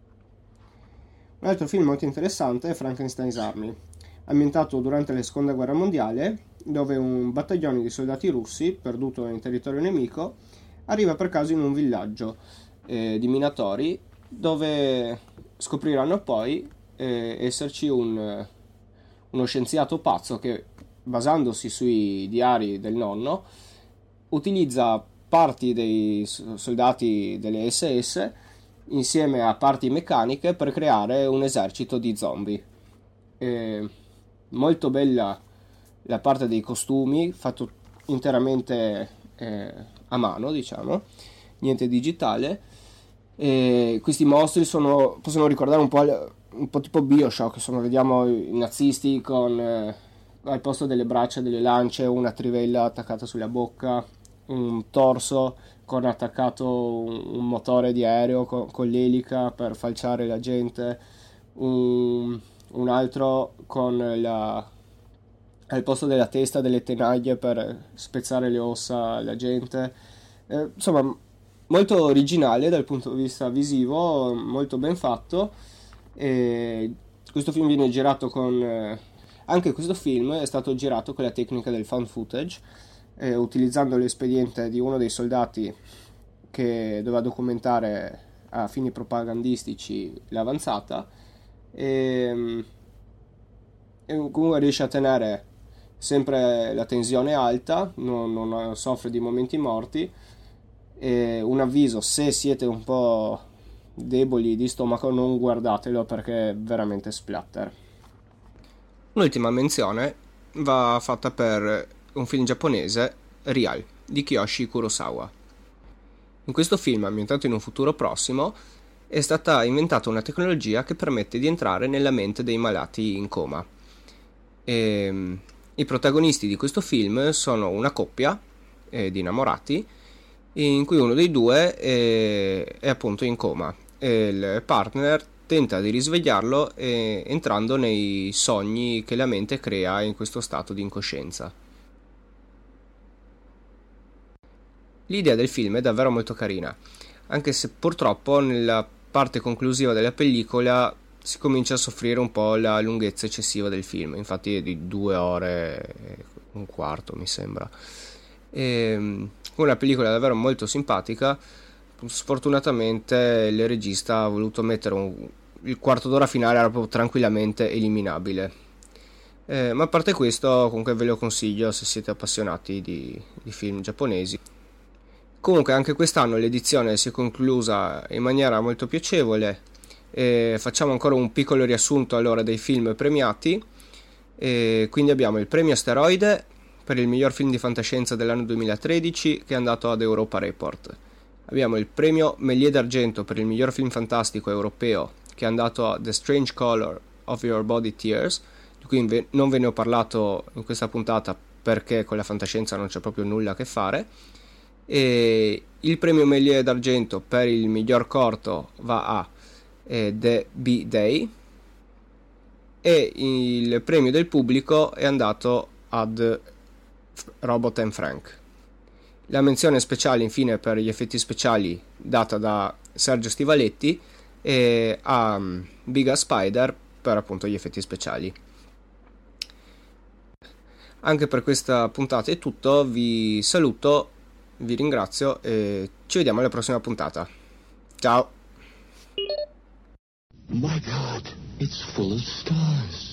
Un altro film molto interessante è Frankenstein's Army, ambientato durante la seconda guerra mondiale, dove un battaglione di soldati russi perduto in territorio nemico arriva per caso in un villaggio di minatori, dove scopriranno poi esserci uno scienziato pazzo che, basandosi sui diari del nonno, utilizza parti dei soldati delle SS insieme a parti meccaniche per creare un esercito di zombie. Molto bella la parte dei costumi, fatto interamente a mano, diciamo, niente digitale. Questi mostri possono ricordare un po' tipo Bioshock, insomma, vediamo i nazisti con al posto delle braccia delle lance una trivella attaccata sulla bocca, un torso con attaccato un motore di aereo con l'elica per falciare la gente, un altro con al posto della testa delle tenaglie per spezzare le ossa alla gente. Insomma, molto originale dal punto di vista visivo, molto ben fatto. E questo film viene girato con... anche questo film è stato girato con la tecnica del found footage, utilizzando l'espediente di uno dei soldati che doveva documentare a fini propagandistici l'avanzata, e comunque riesce a tenere sempre la tensione alta, non soffre di momenti morti. E un avviso: se siete un po' deboli di stomaco non guardatelo, perché è veramente splatter. Un'ultima menzione va fatta per un film giapponese, Real, di Kiyoshi Kurosawa. In questo film, ambientato in un futuro prossimo, è stata inventata una tecnologia che permette di entrare nella mente dei malati in coma. I protagonisti di questo film sono una coppia di innamorati, in cui uno dei due è appunto in coma e il partner tenta di risvegliarlo entrando nei sogni che la mente crea in questo stato di incoscienza. L'idea del film è davvero molto carina, anche se purtroppo nella parte conclusiva della pellicola si comincia a soffrire un po' la lunghezza eccessiva del film. Infatti è di 2 ore e un quarto, mi sembra. Una pellicola davvero molto simpatica. Sfortunatamente il regista ha voluto mettere il quarto d'ora finale, era proprio tranquillamente eliminabile. Ma a parte questo, comunque ve lo consiglio se siete appassionati di film giapponesi. Comunque anche quest'anno l'edizione si è conclusa in maniera molto piacevole. Facciamo ancora un piccolo riassunto allora dei film premiati. Quindi abbiamo il premio Asteroide per il miglior film di fantascienza dell'anno 2013, che è andato ad Europa Report. Abbiamo il premio Méliès d'argento per il miglior film fantastico europeo, che è andato a The Strange Color of Your Body Tears, di cui non ve ne ho parlato in questa puntata perché con la fantascienza non c'è proprio nulla a che fare. E il premio Méliès d'argento per il miglior corto va a The B-Day, e il premio del pubblico è andato ad Robot and Frank. La menzione speciale infine per gli effetti speciali data da Sergio Stivaletti e a Biga Spider per appunto gli effetti speciali. Anche per questa puntata è tutto, vi saluto, vi ringrazio e ci vediamo alla prossima puntata. Ciao! My God, it's full of stars.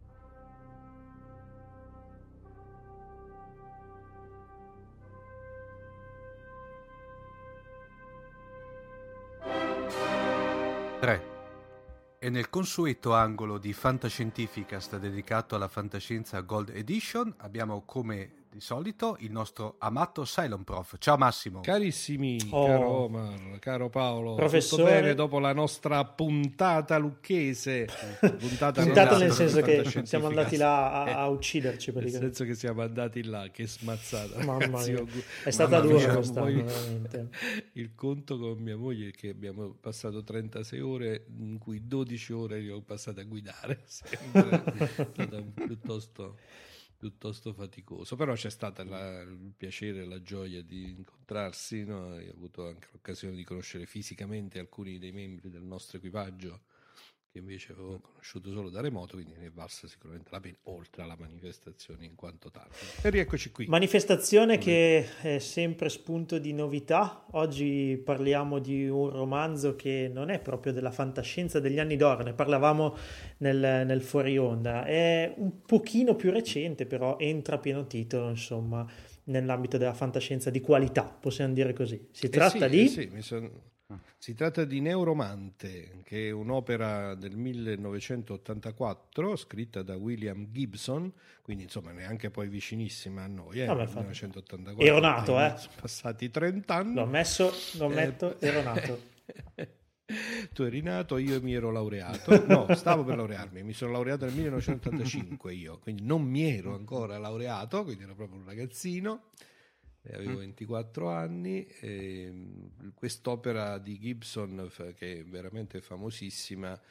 E nel consueto angolo di Fantascientificast dedicato alla fantascienza Gold Edition abbiamo come di solito il nostro amato Cylon Prof. Ciao Massimo. Carissimi, caro Omar, caro Paolo, professore. Tutto bene dopo la nostra puntata lucchese? Puntata nel senso che siamo andati là a ucciderci, nel senso che siamo andati là, che smazzata. Mamma ragazzi, mia. È stata dura quest'anno, veramente. Il conto con mia moglie è che abbiamo passato 36 ore, in cui 12 ore io ho passato a guidare, sempre. È stato piuttosto faticoso, però c'è stata il piacere e la gioia di incontrarsi, no? E ho avuto anche l'occasione di conoscere fisicamente alcuni dei membri del nostro equipaggio che invece avevo conosciuto solo da remoto, quindi ne è valsa sicuramente la pena, oltre alla manifestazione in quanto tale. E rieccoci qui. Manifestazione che è sempre spunto di novità. Oggi parliamo di un romanzo che non è proprio della fantascienza degli anni d'oro, ne parlavamo nel fuori onda. È un pochino più recente, però entra a pieno titolo, insomma, nell'ambito della fantascienza di qualità, possiamo dire così. Si tratta Si tratta di Neuromante, che è un'opera del 1984 scritta da William Gibson, quindi insomma neanche poi vicinissima a noi, 1984. Ero nato, sono passati 30 anni. L'ho metto, ero nato. Tu eri nato, io mi ero laureato. No, stavo per laurearmi, mi sono laureato nel 1985 io, quindi non mi ero ancora laureato, quindi ero proprio un ragazzino. Avevo 24 anni e quest'opera di Gibson, che è veramente famosissima,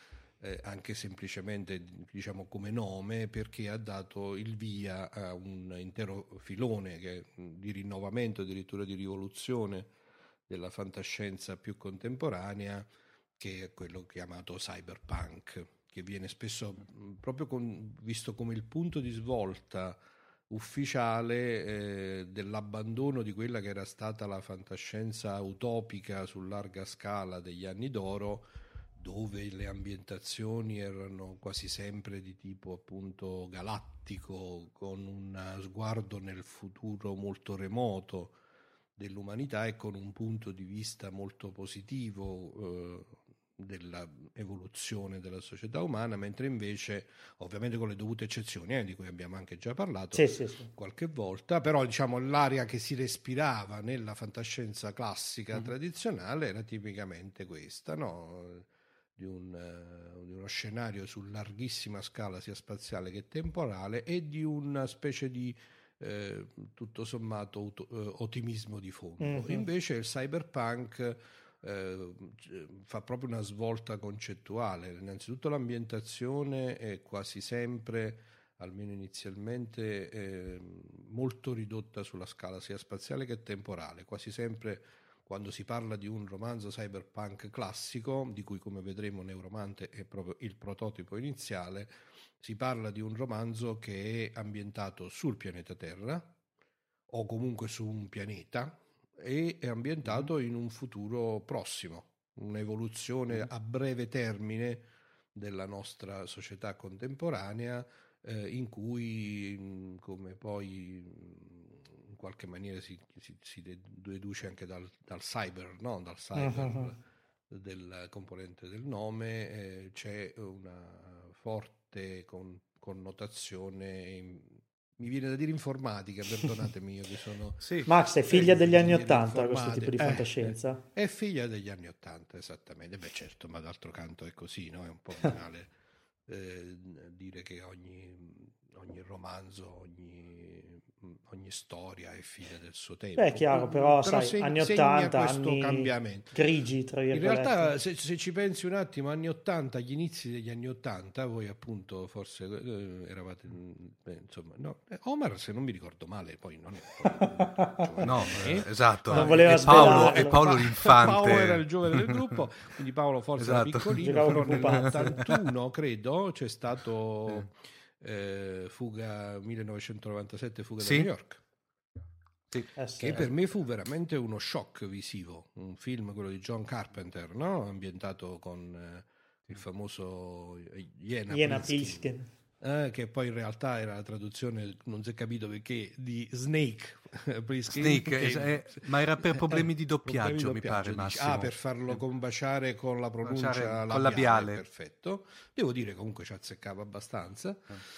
anche semplicemente diciamo come nome, perché ha dato il via a un intero filone di rinnovamento, addirittura di rivoluzione della fantascienza più contemporanea, che è quello chiamato cyberpunk, che viene spesso proprio visto come il punto di svolta ufficiale dell'abbandono di quella che era stata la fantascienza utopica su larga scala degli anni d'oro, dove le ambientazioni erano quasi sempre di tipo appunto galattico, con un sguardo nel futuro molto remoto dell'umanità e con un punto di vista molto positivo dell'evoluzione della società umana, mentre invece, ovviamente con le dovute eccezioni, di cui abbiamo anche già parlato qualche volta, però diciamo l'area che si respirava nella fantascienza classica tradizionale era tipicamente questa, no? Di uno scenario su larghissima scala sia spaziale che temporale e di una specie di tutto sommato ottimismo di fondo. Invece il cyberpunk fa proprio una svolta concettuale. Innanzitutto l'ambientazione è quasi sempre, almeno inizialmente, molto ridotta sulla scala sia spaziale che temporale. Quasi sempre quando si parla di un romanzo cyberpunk classico, di cui come vedremo Neuromante è proprio il prototipo iniziale, si parla di un romanzo che è ambientato sul pianeta Terra o comunque su un pianeta e è ambientato in un futuro prossimo, un'evoluzione a breve termine della nostra società contemporanea, in cui, come poi in qualche maniera si deduce anche dal cyber, no? Dal cyber del componente del nome, c'è una forte connotazione, mi viene da dire informatica, perdonatemi, io che sono... Max è figlia degli anni '80 questo tipo di fantascienza? È figlia degli anni '80, esattamente. Beh certo, ma d'altro canto è così, no? È un po' banale dire che ogni romanzo, ogni storia è figlia del suo tempo. Beh, è chiaro, però sai, anni '80, anni cambiamento grigi, tra virgolette. In realtà, se ci pensi un attimo, anni '80, agli inizi degli anni '80, voi appunto forse eravate, insomma, no, Omar, se non mi ricordo male, poi non è no, esatto. Non voleva e Paolo l'infante. Paolo era il giovane del gruppo, quindi Paolo forse era piccolino, però nell'81 credo c'è stato Fuga 1997, Fuga da New York, che per me fu veramente uno shock visivo, un film, quello di John Carpenter, no? Ambientato con il famoso Jena Pilskin. Che poi in realtà era la traduzione, non si è capito perché, di Snake. Ma era per problemi di doppiaggio, mi pare, Massimo. Per farlo combaciare con la pronuncia labiale. Perfetto. Devo dire comunque ci azzeccava abbastanza.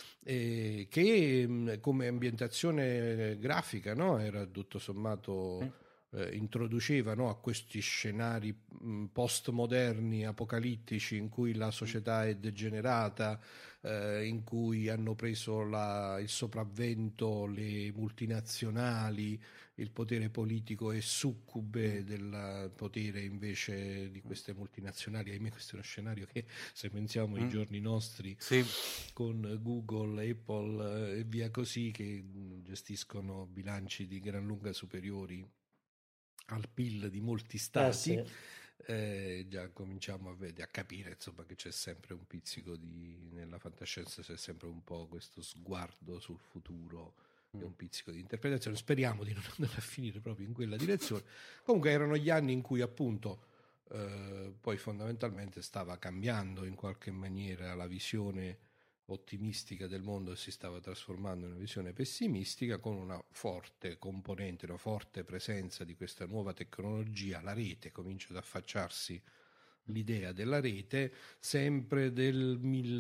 Che come ambientazione grafica, no? Era tutto sommato... introduceva, no, a questi scenari postmoderni, apocalittici, in cui la società è degenerata, in cui hanno preso il sopravvento le multinazionali, il potere politico è succube del potere invece di queste multinazionali. Ahimè, questo è uno scenario che, se pensiamo ai giorni nostri, con Google, Apple e via così, che gestiscono bilanci di gran lunga superiori al PIL di molti stati, già cominciamo a capire, insomma, che c'è sempre un pizzico nella fantascienza, c'è sempre un po' questo sguardo sul futuro e un pizzico di interpretazione. Speriamo di non andare a finire proprio in quella direzione. Comunque erano gli anni in cui appunto poi fondamentalmente stava cambiando in qualche maniera la visione ottimistica del mondo e si stava trasformando in una visione pessimistica, con una forte componente, una forte presenza di questa nuova tecnologia, la rete. Comincia ad affacciarsi l'idea della rete, sempre del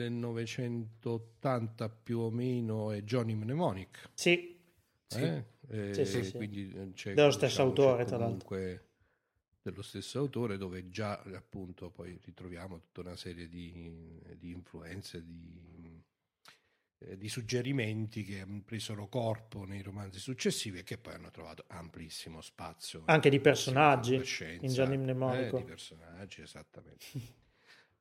1980 più o meno, è Johnny Mnemonic. Sì. Quindi c'è, dello stesso autore, tra l'altro. Dello stesso autore, dove già appunto poi ritroviamo tutta una serie di influenze, di suggerimenti che presero corpo nei romanzi successivi e che poi hanno trovato amplissimo spazio anche di personaggi in Johnny Mnemonico. Di personaggi, esattamente.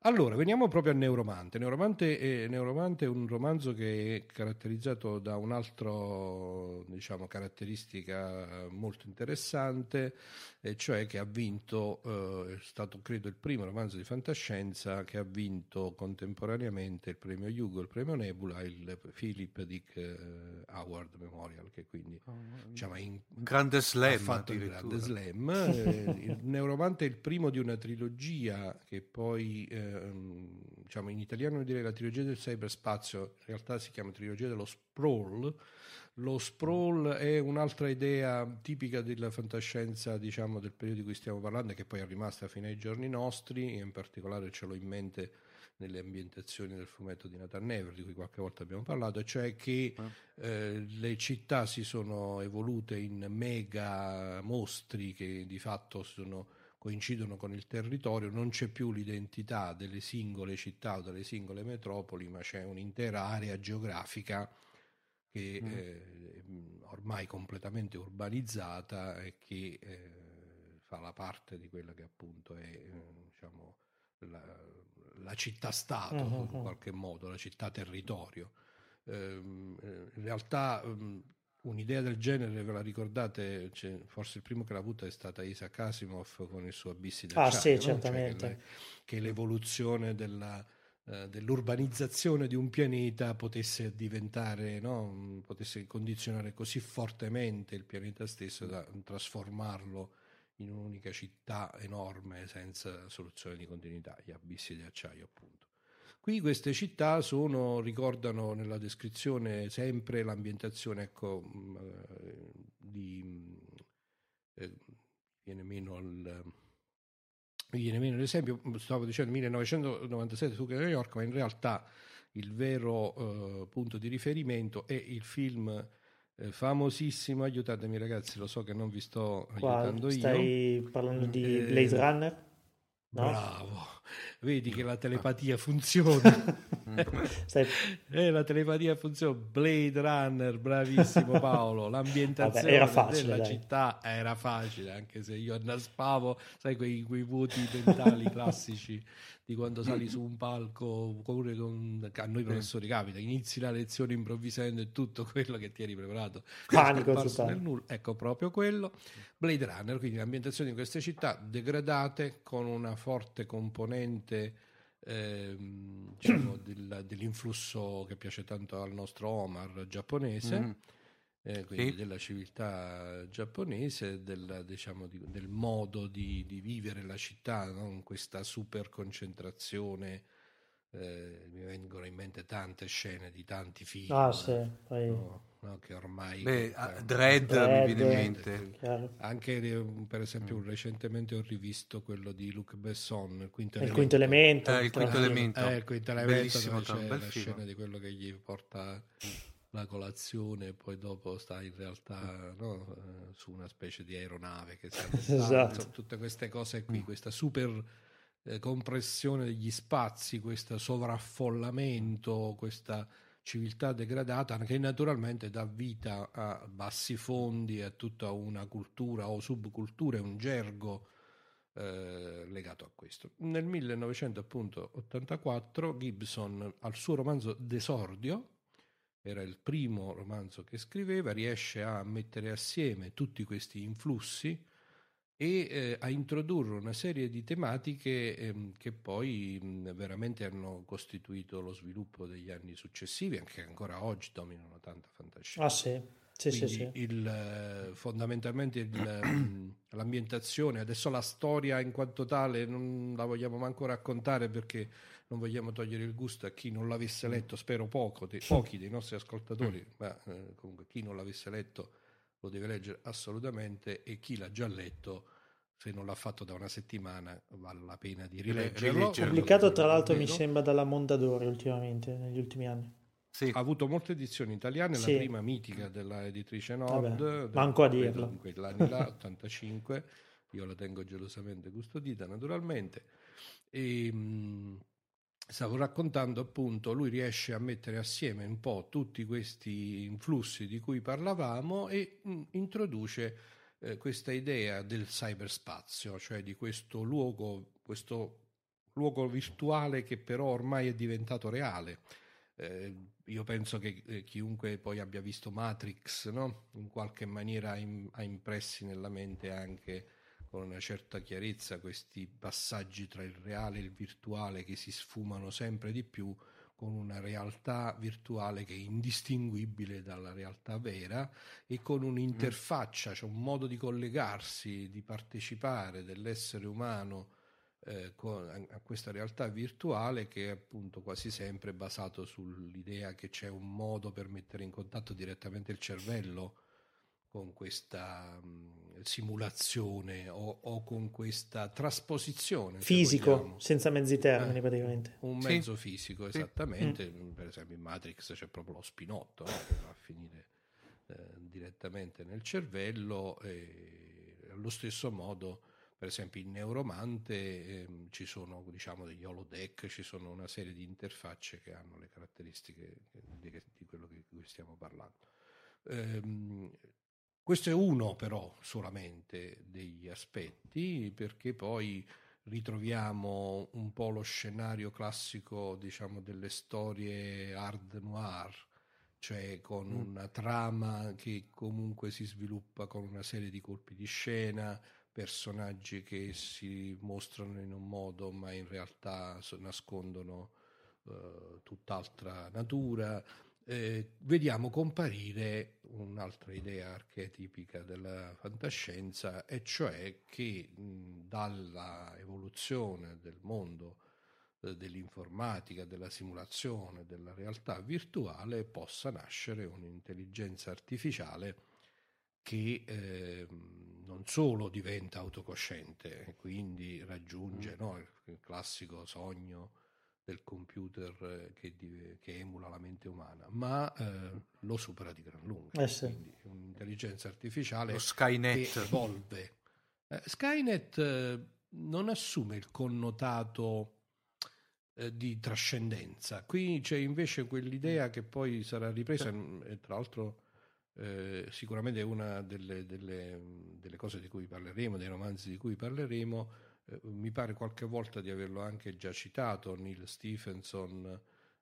Allora, veniamo proprio a Neuromante. Neuromante è un romanzo che è caratterizzato da un'altra, diciamo, caratteristica molto interessante, e cioè che ha vinto, è stato credo il primo romanzo di fantascienza che ha vinto contemporaneamente il premio Hugo, il premio Nebula e il Philip Dick Award Memorial, che quindi diciamo, grande slam, ha fatto il grande slam. Il Neuromante è il primo di una trilogia che poi diciamo in italiano direi la trilogia del cyberspazio, in realtà si chiama trilogia dello sprawl. Lo sprawl è un'altra idea tipica della fantascienza, diciamo, del periodo di cui stiamo parlando, e che poi è rimasta fino ai giorni nostri, e in particolare ce l'ho in mente nelle ambientazioni del fumetto di Nathan Never, di cui qualche volta abbiamo parlato, cioè che le città si sono evolute in mega mostri che di fatto coincidono con il territorio, non c'è più l'identità delle singole città o delle singole metropoli, ma c'è un'intera area geografica che è ormai completamente urbanizzata e che fa la parte di quella che appunto è diciamo la città-stato in qualche modo, la città-territorio. In realtà un'idea del genere, ve la ricordate? Forse il primo che l'ha avuta è stata Isaac Asimov con il suo Abissi d'acciaio, sì, no? certamente. Cioè che l'evoluzione dell'urbanizzazione di un pianeta potesse diventare, no? Potesse condizionare così fortemente il pianeta stesso da trasformarlo in un'unica città enorme senza soluzione di continuità, gli abissi di acciaio appunto. Qui queste città ricordano nella descrizione sempre l'ambientazione, ecco, viene meno l'esempio, stavo dicendo 1997 su New York, ma in realtà il vero punto di riferimento è il film famosissimo, aiutatemi ragazzi, lo so che non vi sto aiutando io. Stai parlando di Blade Runner? No? Bravo, vedi che la telepatia funziona. La telepatia funziona. Blade Runner, bravissimo Paolo. L'ambientazione era facile, della città era facile, anche se io annaspavo, sai, quei vuoti mentali classici di quando sali su un palco, a noi professori capita, inizi la lezione improvvisando e tutto quello che ti eri preparato, panico totale. Ecco, proprio quello. Blade Runner, quindi l'ambientazione di queste città degradate con una forte componente diciamo dell'influsso che piace tanto al nostro Omar giapponese, quindi della civiltà giapponese, diciamo, del modo di vivere la città, no? In questa super concentrazione. Mi vengono in mente tante scene di tanti film che ormai Dredd mi viene in mente, anche per esempio recentemente ho rivisto quello di Luc Besson, il quinto elemento, bellissimo, c'è la film. Scena di quello che gli porta la colazione e poi dopo sta in realtà su una specie di aeronave che esatto. Tutte queste cose qui, questa super compressione degli spazi, questo sovraffollamento, questa civiltà degradata che naturalmente dà vita a bassi fondi, a tutta una cultura o subcultura e un gergo legato a questo. Nel 1984 Gibson, al suo romanzo D'esordio, era il primo romanzo che scriveva, riesce a mettere assieme tutti questi influssi e a introdurre una serie di tematiche che poi veramente hanno costituito lo sviluppo degli anni successivi, anche ancora oggi dominano tanta fantascienza. Sì. Fondamentalmente l'ambientazione, adesso la storia in quanto tale non la vogliamo manco raccontare perché non vogliamo togliere il gusto a chi non l'avesse letto, spero pochi dei nostri ascoltatori, ma comunque chi non l'avesse letto lo deve leggere assolutamente, e chi l'ha già letto, se non l'ha fatto da una settimana, vale la pena di rileggerlo. Pubblicato tra l'altro mi sembra dalla Mondadori ultimamente, negli ultimi anni. Sì. Ha avuto molte edizioni italiane, la prima mitica della editrice Nord, manco a dirlo, in quell'anni là, 85, io la tengo gelosamente custodita naturalmente, e stavo raccontando appunto, lui riesce a mettere assieme un po' tutti questi influssi di cui parlavamo e introduce questa idea del cyberspazio, cioè di questo luogo, questo luogo virtuale che però ormai è diventato reale. Io penso che chiunque poi abbia visto Matrix, no? In qualche maniera ha impressi nella mente anche con una certa chiarezza questi passaggi tra il reale e il virtuale che si sfumano sempre di più, con una realtà virtuale che è indistinguibile dalla realtà vera e con un'interfaccia, cioè un modo di collegarsi, di partecipare dell'essere umano a questa realtà virtuale, che è appunto quasi sempre basato sull'idea che c'è un modo per mettere in contatto direttamente il cervello con questa simulazione o con questa trasposizione fisico, senza mezzi termini praticamente. Un mezzo fisico, esattamente. Per esempio in Matrix c'è proprio lo spinotto, no? Che va a finire direttamente nel cervello, e allo stesso modo per esempio in Neuromante ci sono, diciamo, degli holodeck, ci sono una serie di interfacce che hanno le caratteristiche di quello di cui stiamo parlando. Questo è uno però solamente degli aspetti, perché poi ritroviamo un po' lo scenario classico, diciamo, delle storie hard noir, cioè con una trama che comunque si sviluppa con una serie di colpi di scena, personaggi che si mostrano in un modo ma in realtà nascondono tutt'altra natura. Vediamo comparire un'altra idea archetipica della fantascienza, e cioè che dalla evoluzione del mondo dell'informatica, della simulazione, della realtà virtuale possa nascere un'intelligenza artificiale che non solo diventa autocosciente, quindi raggiunge il classico sogno del computer che emula la mente umana, ma lo supera di gran lunga. Quindi un'intelligenza artificiale, lo Skynet, che evolve. Skynet non assume il connotato di trascendenza. Qui c'è invece quell'idea che poi sarà ripresa, e tra l'altro sicuramente è una delle cose di cui parleremo, dei romanzi di cui parleremo. Mi pare qualche volta di averlo anche già citato, Neil Stephenson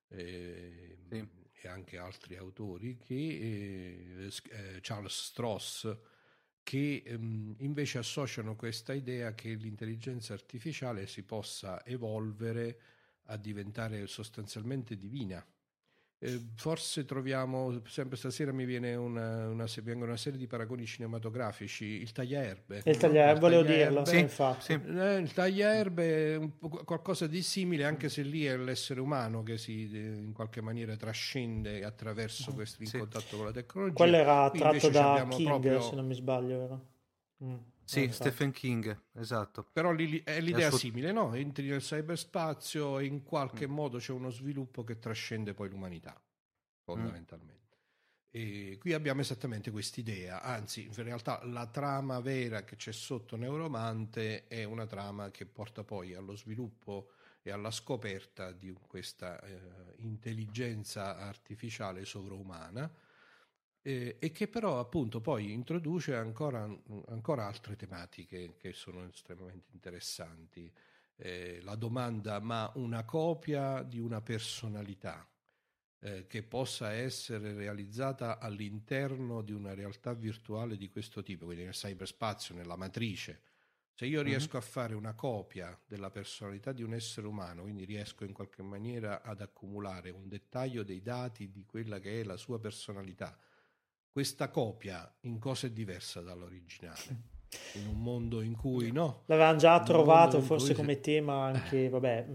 e anche altri autori, che Charles Stross, che invece associano questa idea che l'intelligenza artificiale si possa evolvere a diventare sostanzialmente divina. Forse troviamo, sempre stasera mi viene vengono una serie di paragoni cinematografici, il tagliaerbe. Il tagliaerbe, volevo dirlo, infatti. Il tagliaerbe è qualcosa di simile, anche se lì è l'essere umano che si in qualche maniera trascende attraverso questo in contatto con la tecnologia. Quello era tratto da King, se non mi sbaglio, vero? Sì, Stephen King, esatto. Però lì è l'idea simile, no? Entri nel cyberspacio e in qualche modo c'è uno sviluppo che trascende poi l'umanità, fondamentalmente. E qui abbiamo esattamente quest'idea, anzi, in realtà la trama vera che c'è sotto Neuromante è una trama che porta poi allo sviluppo e alla scoperta di questa intelligenza artificiale sovraumana, e che però appunto poi introduce ancora altre tematiche che sono estremamente interessanti. La domanda: ma una copia di una personalità che possa essere realizzata all'interno di una realtà virtuale di questo tipo, quindi nel cyberspazio, nella matrice, se io riesco a fare una copia della personalità di un essere umano, quindi riesco in qualche maniera ad accumulare un dettaglio dei dati di quella che è la sua personalità, questa copia in cosa è diversa dall'originale? In un mondo in cui l'avevano già trovato forse come tema anche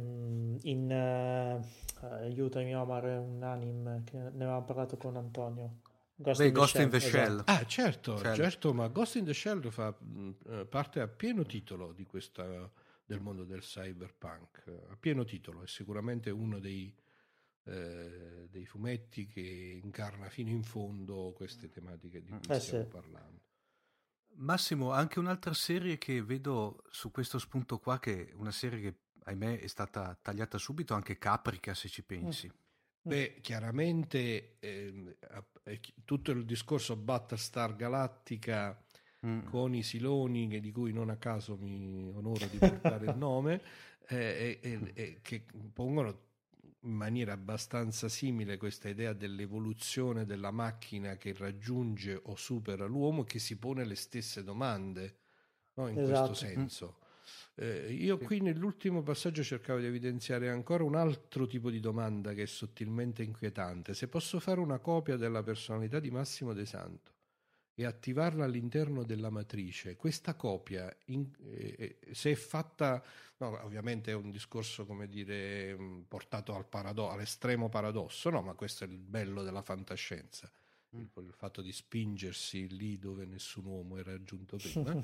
aiutami Omar, un anime che ne avevamo parlato con Antonio, Ghost in the Shell. Esatto. Certo, ma Ghost in the Shell fa parte a pieno titolo di del mondo del cyberpunk, a pieno titolo. È sicuramente uno dei fumetti che incarna fino in fondo queste tematiche di cui stiamo parlando. Massimo, anche un'altra serie che vedo su questo spunto qua, che è una serie che ahimè è stata tagliata subito, anche Caprica, se ci pensi. Beh, chiaramente tutto il discorso Battlestar Galactica con i Siloni, di cui non a caso mi onoro di portare il nome, che pongono in maniera abbastanza simile questa idea dell'evoluzione della macchina che raggiunge o supera l'uomo, che si pone le stesse domande, no? In questo senso. Io qui nell'ultimo passaggio cercavo di evidenziare ancora un altro tipo di domanda che è sottilmente inquietante. Se posso fare una copia della personalità di Massimo De Santo e attivarla all'interno della matrice, questa copia, se è fatta, no, ovviamente è un discorso, come dire, portato all'estremo paradosso, no, ma questo è il bello della fantascienza, il fatto di spingersi lì dove nessun uomo era giunto prima.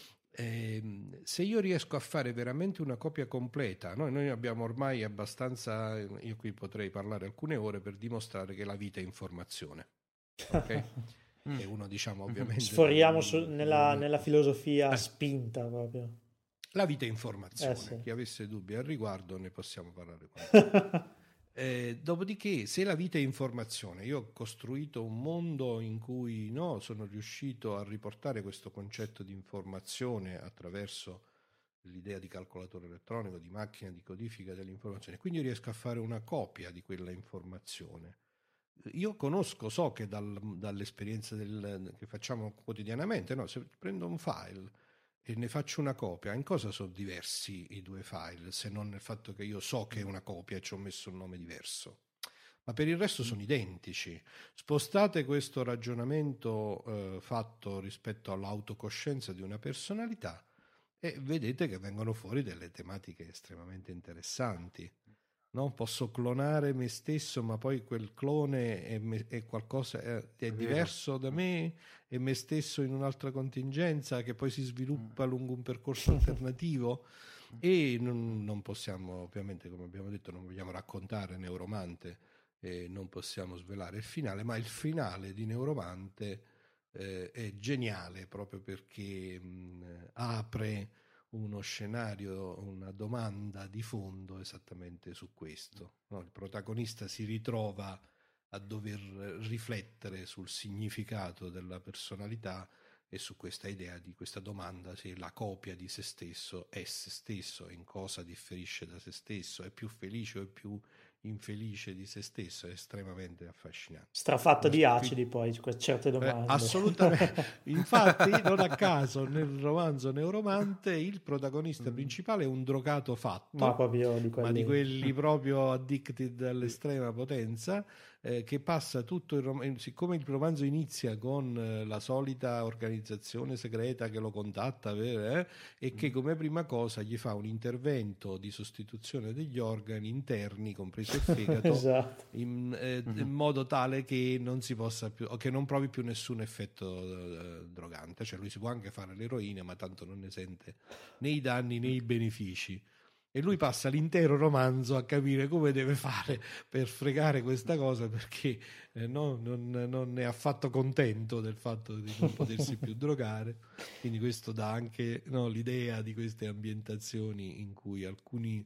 Se io riesco a fare veramente una copia completa, noi abbiamo ormai abbastanza, io qui potrei parlare alcune ore per dimostrare che la vita è informazione, ok? E uno, diciamo, ovviamente sforiamo nella filosofia spinta proprio. La vita è informazione, sì. Chi avesse dubbi al riguardo ne possiamo parlare. Dopodiché, se la vita è informazione, io ho costruito un mondo in cui sono riuscito a riportare questo concetto di informazione attraverso l'idea di calcolatore elettronico, di macchina di codifica dell'informazione, quindi io riesco a fare una copia di quella informazione. Io so che dall'esperienza che facciamo quotidianamente, se prendo un file e ne faccio una copia, in cosa sono diversi i due file, se non nel fatto che io so che è una copia e ci ho messo un nome diverso, ma per il resto sono identici. Spostate questo ragionamento fatto rispetto all'autocoscienza di una personalità e vedete che vengono fuori delle tematiche estremamente interessanti. No? Posso clonare me stesso, ma poi quel clone è qualcosa, è diverso da me, è me stesso in un'altra contingenza che poi si sviluppa lungo un percorso alternativo. E non possiamo, ovviamente, come abbiamo detto, non vogliamo raccontare Neuromante, non possiamo svelare il finale, ma il finale di Neuromante è geniale proprio perché apre uno scenario, una domanda di fondo esattamente su questo. Il protagonista si ritrova a dover riflettere sul significato della personalità e su questa idea di questa domanda, se la copia di se stesso è se stesso e in cosa differisce da se stesso, è più felice o è più infelice di se stesso, è estremamente affascinante. Strafatto di acidi poi certe domande. Assolutamente. Infatti non a caso nel romanzo Neuromante il protagonista principale è un drogato fatto, ma proprio di quelli proprio addicted all'estrema potenza, che passa tutto il romanzo, siccome il romanzo inizia con la solita organizzazione segreta che lo contatta e che come prima cosa gli fa un intervento di sostituzione degli organi interni, compreso il fegato, esatto. in modo tale che non si possa più, che non provi più nessun effetto drogante. Cioè lui si può anche fare l'eroina, ma tanto non ne sente né i danni né i benefici. E lui passa l'intero romanzo a capire come deve fare per fregare questa cosa, perché non è affatto contento del fatto di non potersi più drogare. Quindi questo dà anche l'idea di queste ambientazioni in cui alcuni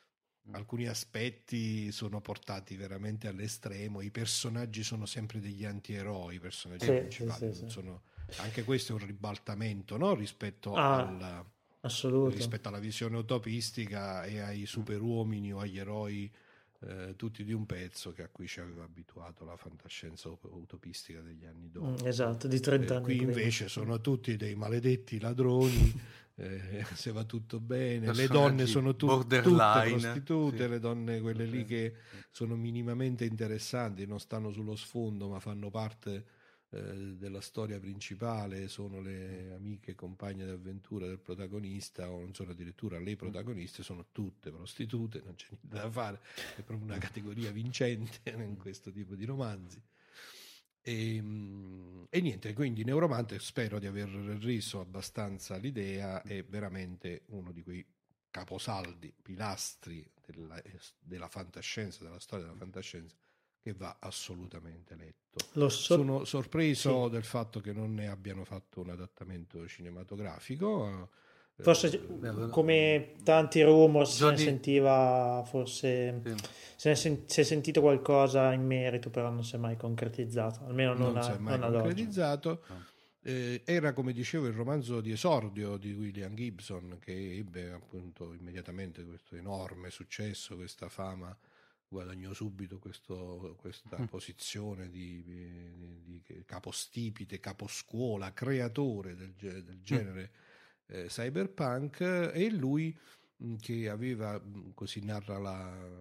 aspetti sono portati veramente all'estremo. I personaggi sono sempre degli antieroi, i personaggi principali. Sono, anche questo è un ribaltamento rispetto rispetto alla visione utopistica e ai superuomini o agli eroi tutti di un pezzo a cui ci aveva abituato la fantascienza utopistica degli anni dopo. Esatto, di 30 anni. Qui invece sono tutti dei maledetti ladroni, se va tutto bene, le donne sono tutte prostitute, le donne quelle lì che sono minimamente interessanti, non stanno sullo sfondo ma fanno parte della storia principale, sono le amiche compagne d'avventura del protagonista, o non sono addirittura le protagoniste, sono tutte prostitute, non c'è niente da fare, è proprio una categoria vincente in questo tipo di romanzi. E niente, quindi Neuromante, spero di aver reso abbastanza l'idea, è veramente uno di quei caposaldi, pilastri della fantascienza, della storia della fantascienza, che va assolutamente letto. Sono sorpreso del fatto che non ne abbiano fatto un adattamento cinematografico. Forse come tanti rumor se ne sentiva, forse si è sentito qualcosa in merito, però non si è mai concretizzato, almeno non si è mai concretizzato. Era, come dicevo, il romanzo di esordio di William Gibson, che ebbe appunto immediatamente questo enorme successo, questa fama, guadagnò subito questa posizione di capostipite, caposcuola, creatore del genere cyberpunk, e lui che aveva, così narra la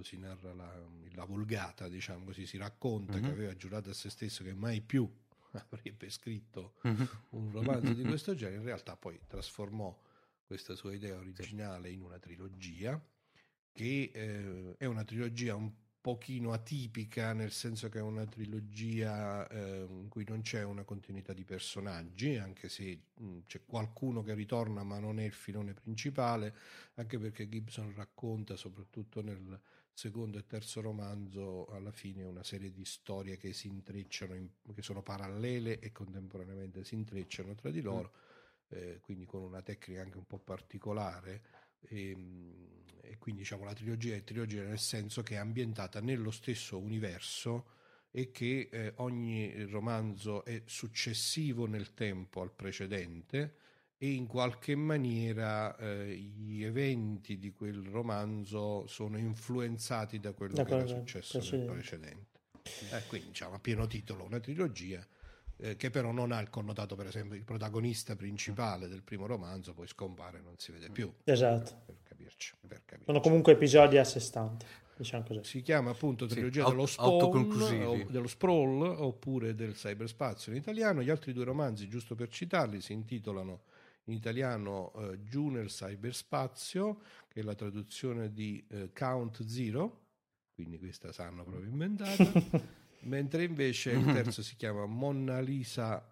vulgata, diciamo così, si racconta che aveva giurato a se stesso che mai più avrebbe scritto un romanzo di questo genere. In realtà poi trasformò questa sua idea originale in una trilogia, che è una trilogia un pochino atipica, nel senso che è una trilogia in cui non c'è una continuità di personaggi, anche se c'è qualcuno che ritorna, ma non è il filone principale, anche perché Gibson racconta, soprattutto nel secondo e terzo romanzo, alla fine una serie di storie che si intrecciano, che sono parallele e contemporaneamente si intrecciano tra di loro, quindi con una tecnica anche un po' particolare. E quindi diciamo la trilogia è trilogia nel senso che è ambientata nello stesso universo e che ogni romanzo è successivo nel tempo al precedente, e in qualche maniera gli eventi di quel romanzo sono influenzati da quello che era successo nel precedente. Quindi diciamo a pieno titolo una trilogia, che però non ha il connotato, per esempio, il protagonista principale del primo romanzo poi scompare, non si vede più. Esatto. Per capirci. Sono comunque episodi a sé stanti, diciamo così. Si chiama appunto trilogia dello sprawl oppure del cyberspazio in italiano. Gli altri due romanzi, giusto per citarli, si intitolano in italiano Giù nel cyberspazio, che è la traduzione di Count Zero, quindi questa sanno proprio inventata. Mentre invece il terzo si chiama Mona Lisa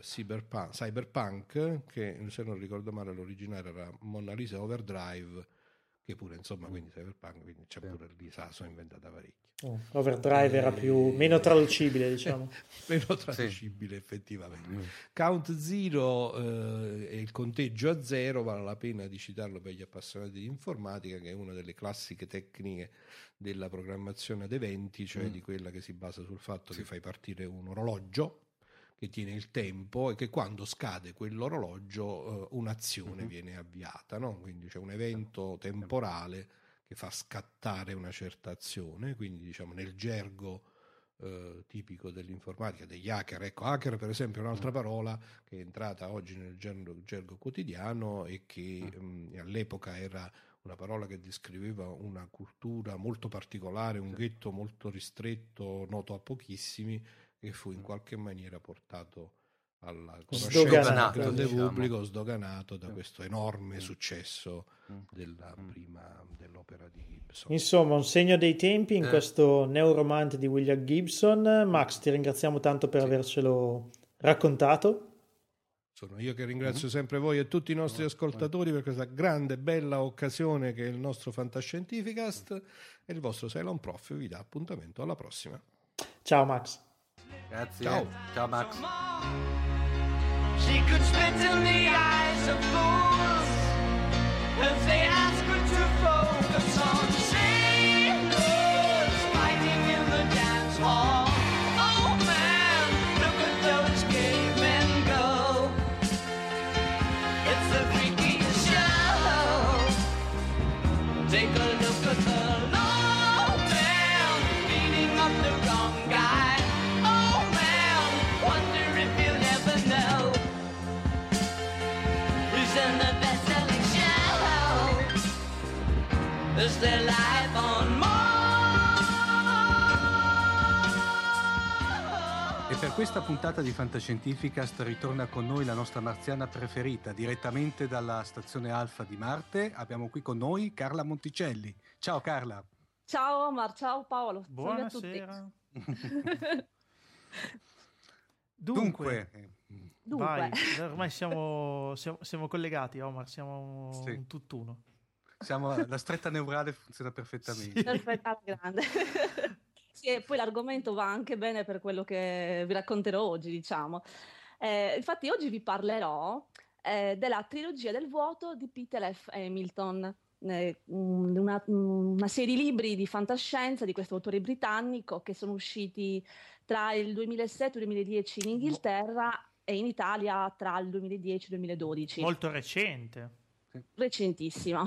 Cyberpunk, che se non ricordo male l'originale era Mona Lisa Overdrive, che pure insomma quindi Cyberpunk, quindi c'è pure lì sono inventata parecchio. Overdrive era meno traducibile, diciamo. Meno traducibile, effettivamente. Count Zero è il conteggio a zero, vale la pena di citarlo per gli appassionati di informatica, che è una delle classiche tecniche della programmazione ad eventi, cioè di quella che si basa sul fatto che fai partire un orologio che tiene il tempo e che quando scade quell'orologio un'azione viene avviata, no? Quindi c'è un evento temporale che fa scattare una certa azione, quindi diciamo nel gergo tipico dell'informatica, degli hacker. Ecco, hacker per esempio è un'altra parola che è entrata oggi nel gergo quotidiano e che all'epoca era una parola che descriveva una cultura molto particolare, un ghetto molto ristretto, noto a pochissimi, che fu in qualche maniera portato alla conoscenza del grande pubblico, sdoganato da questo enorme successo dell'opera di Gibson. Insomma, un segno dei tempi in questo neuromante di William Gibson. Max, ti ringraziamo tanto per avercelo raccontato. Sono io che ringrazio sempre voi e tutti i nostri ascoltatori per questa grande, bella occasione che è il nostro Fantascientificast, e il vostro Cylon Prof vi dà appuntamento alla prossima. Ciao Max. Grazie. Ciao Max. She could spit in the eyes of fools if they ask her to focus on sailors fighting in the dance hall. Oh man, look at those cavemen go. It's the freakiest show. Take a look at the low man beating up the wrong guy. And the best-selling show is their life on Mars. E per questa puntata di Fantascientificast ritorna con noi la nostra marziana preferita, direttamente dalla stazione Alfa di Marte. Abbiamo qui con noi Carla Monticelli. Ciao Carla. Ciao Omar, ciao Paolo. Buonasera. Dunque. Vai, ormai siamo collegati, Omar, siamo un tutt'uno. La stretta neurale funziona perfettamente. Sì. Perfetta, alla grande. Sì, e poi l'argomento va anche bene per quello che vi racconterò oggi, diciamo. Infatti oggi vi parlerò della trilogia del vuoto di Peter F. Hamilton, una serie di libri di fantascienza di questo autore britannico che sono usciti tra il 2007 e il 2010 in Inghilterra e in Italia tra il 2010 e il 2012. Molto recente. Recentissimo.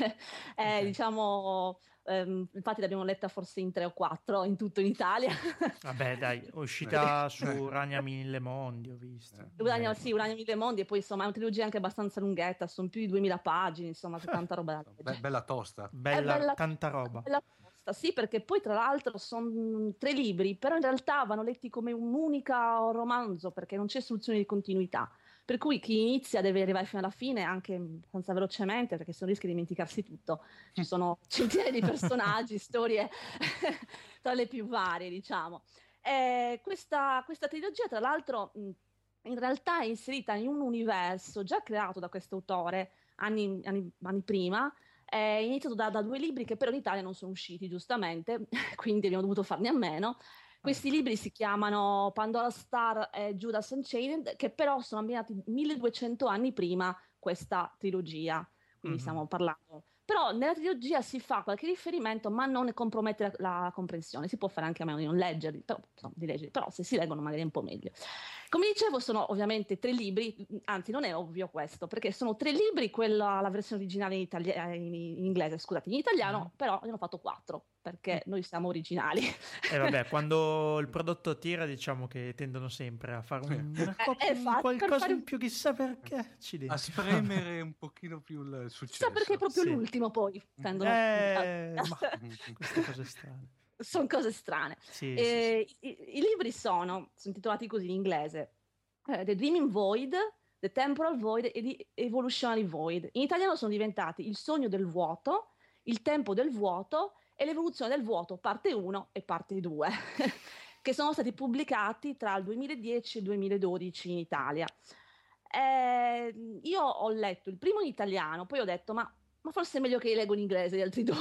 Diciamo, infatti l'abbiamo letta forse in 3 o 4 in tutto in Italia. Vabbè, dai, è uscita su Ragna Mille Mondi, ho visto. Sì, Urania Mille Mondi, e poi insomma è una trilogia anche abbastanza lunghetta, sono più di 2000 pagine, insomma, c'è tanta roba da leggere. Bella tosta. Bella, tanta roba. Bella tosta, sì, perché poi tra l'altro sono 3 libri, però in realtà vanno letti come un unico romanzo, perché non c'è soluzione di continuità. Per cui chi inizia deve arrivare fino alla fine anche abbastanza velocemente, perché se no rischia di dimenticarsi tutto. Ci sono centinaia di personaggi, storie tra le più varie, diciamo. Questa trilogia, tra l'altro, in realtà è inserita in un universo già creato da questo autore anni prima. È iniziato da 2 libri che però in Italia non sono usciti, giustamente, quindi abbiamo dovuto farne a meno. Questi libri si chiamano Pandora Star e Judas Unchained, che però sono ambientati 1200 anni prima questa trilogia, quindi stiamo parlando. Però nella trilogia si fa qualche riferimento, ma non ne compromette la comprensione. Si può fare anche a meno di non leggerli, però se si leggono magari è un po' meglio. Come dicevo, sono ovviamente 3 libri, anzi non è ovvio questo, perché sono 3 libri, la versione originale in inglese, scusate, in italiano, però ne hanno fatto 4, perché noi siamo originali. E vabbè, quando il prodotto tira, diciamo che tendono sempre a fare qualcosa in più, chissà perché. A spremere un pochino più il successo. Chissà perché è proprio l'ultimo poi. Ma queste cose strane. Sono cose strane. Sì. I libri sono intitolati così in inglese: The Dreaming Void, The Temporal Void e The Evolutionary Void. In italiano sono diventati Il sogno del vuoto, Il tempo del vuoto e L'evoluzione del vuoto, parte 1 e parte 2, che sono stati pubblicati tra il 2010 e il 2012 in Italia. Io ho letto il primo in italiano, poi ho detto ma forse è meglio che leggo in inglese gli altri 2.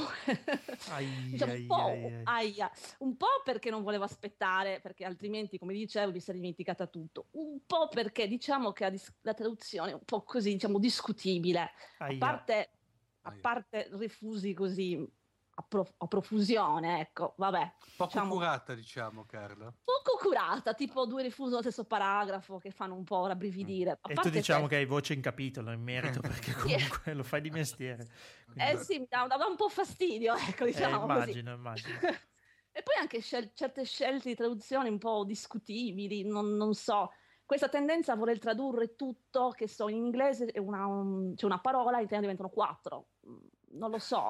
Un po' perché non volevo aspettare, perché altrimenti, come dicevo, mi sarei dimenticata tutto. Un po' perché diciamo che la traduzione è un po' così, diciamo, discutibile. A parte refusi così a profusione, ecco, vabbè. Poco curata, diciamo, Carla. Poco curata, tipo 2 refusi allo stesso paragrafo che fanno un po' rabbrividire. E tu diciamo che hai voce in capitolo in merito, perché comunque lo fai di mestiere. Quindi... sì, mi dà un po' fastidio, ecco, diciamo immagino. E poi anche certe scelte di traduzione un po' discutibili, non so. Questa tendenza a voler tradurre tutto, che so, in inglese c'è una parola, in italiano diventano 4. Non lo so.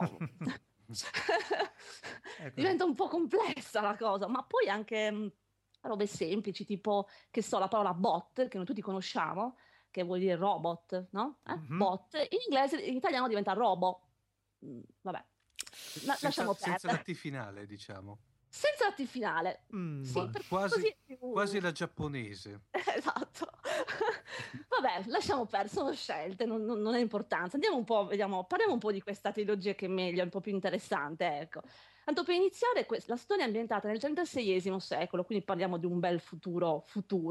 Diventa un po' complessa la cosa, ma poi anche robe semplici, tipo, che so, la parola bot, che noi tutti conosciamo, che vuol dire robot, no? Bot, in italiano diventa robo. Vabbè, lasciamo perdere. Senza la T finale, diciamo. Senza la T finale. Sì, quasi la giapponese. Esatto. Vabbè, lasciamo perdere, sono scelte, non è importanza. Andiamo un po', parliamo un po' di questa trilogia che è meglio, è un po' più interessante, ecco. Tanto per iniziare, la storia è ambientata nel XXXI secolo, quindi parliamo di un bel futuro.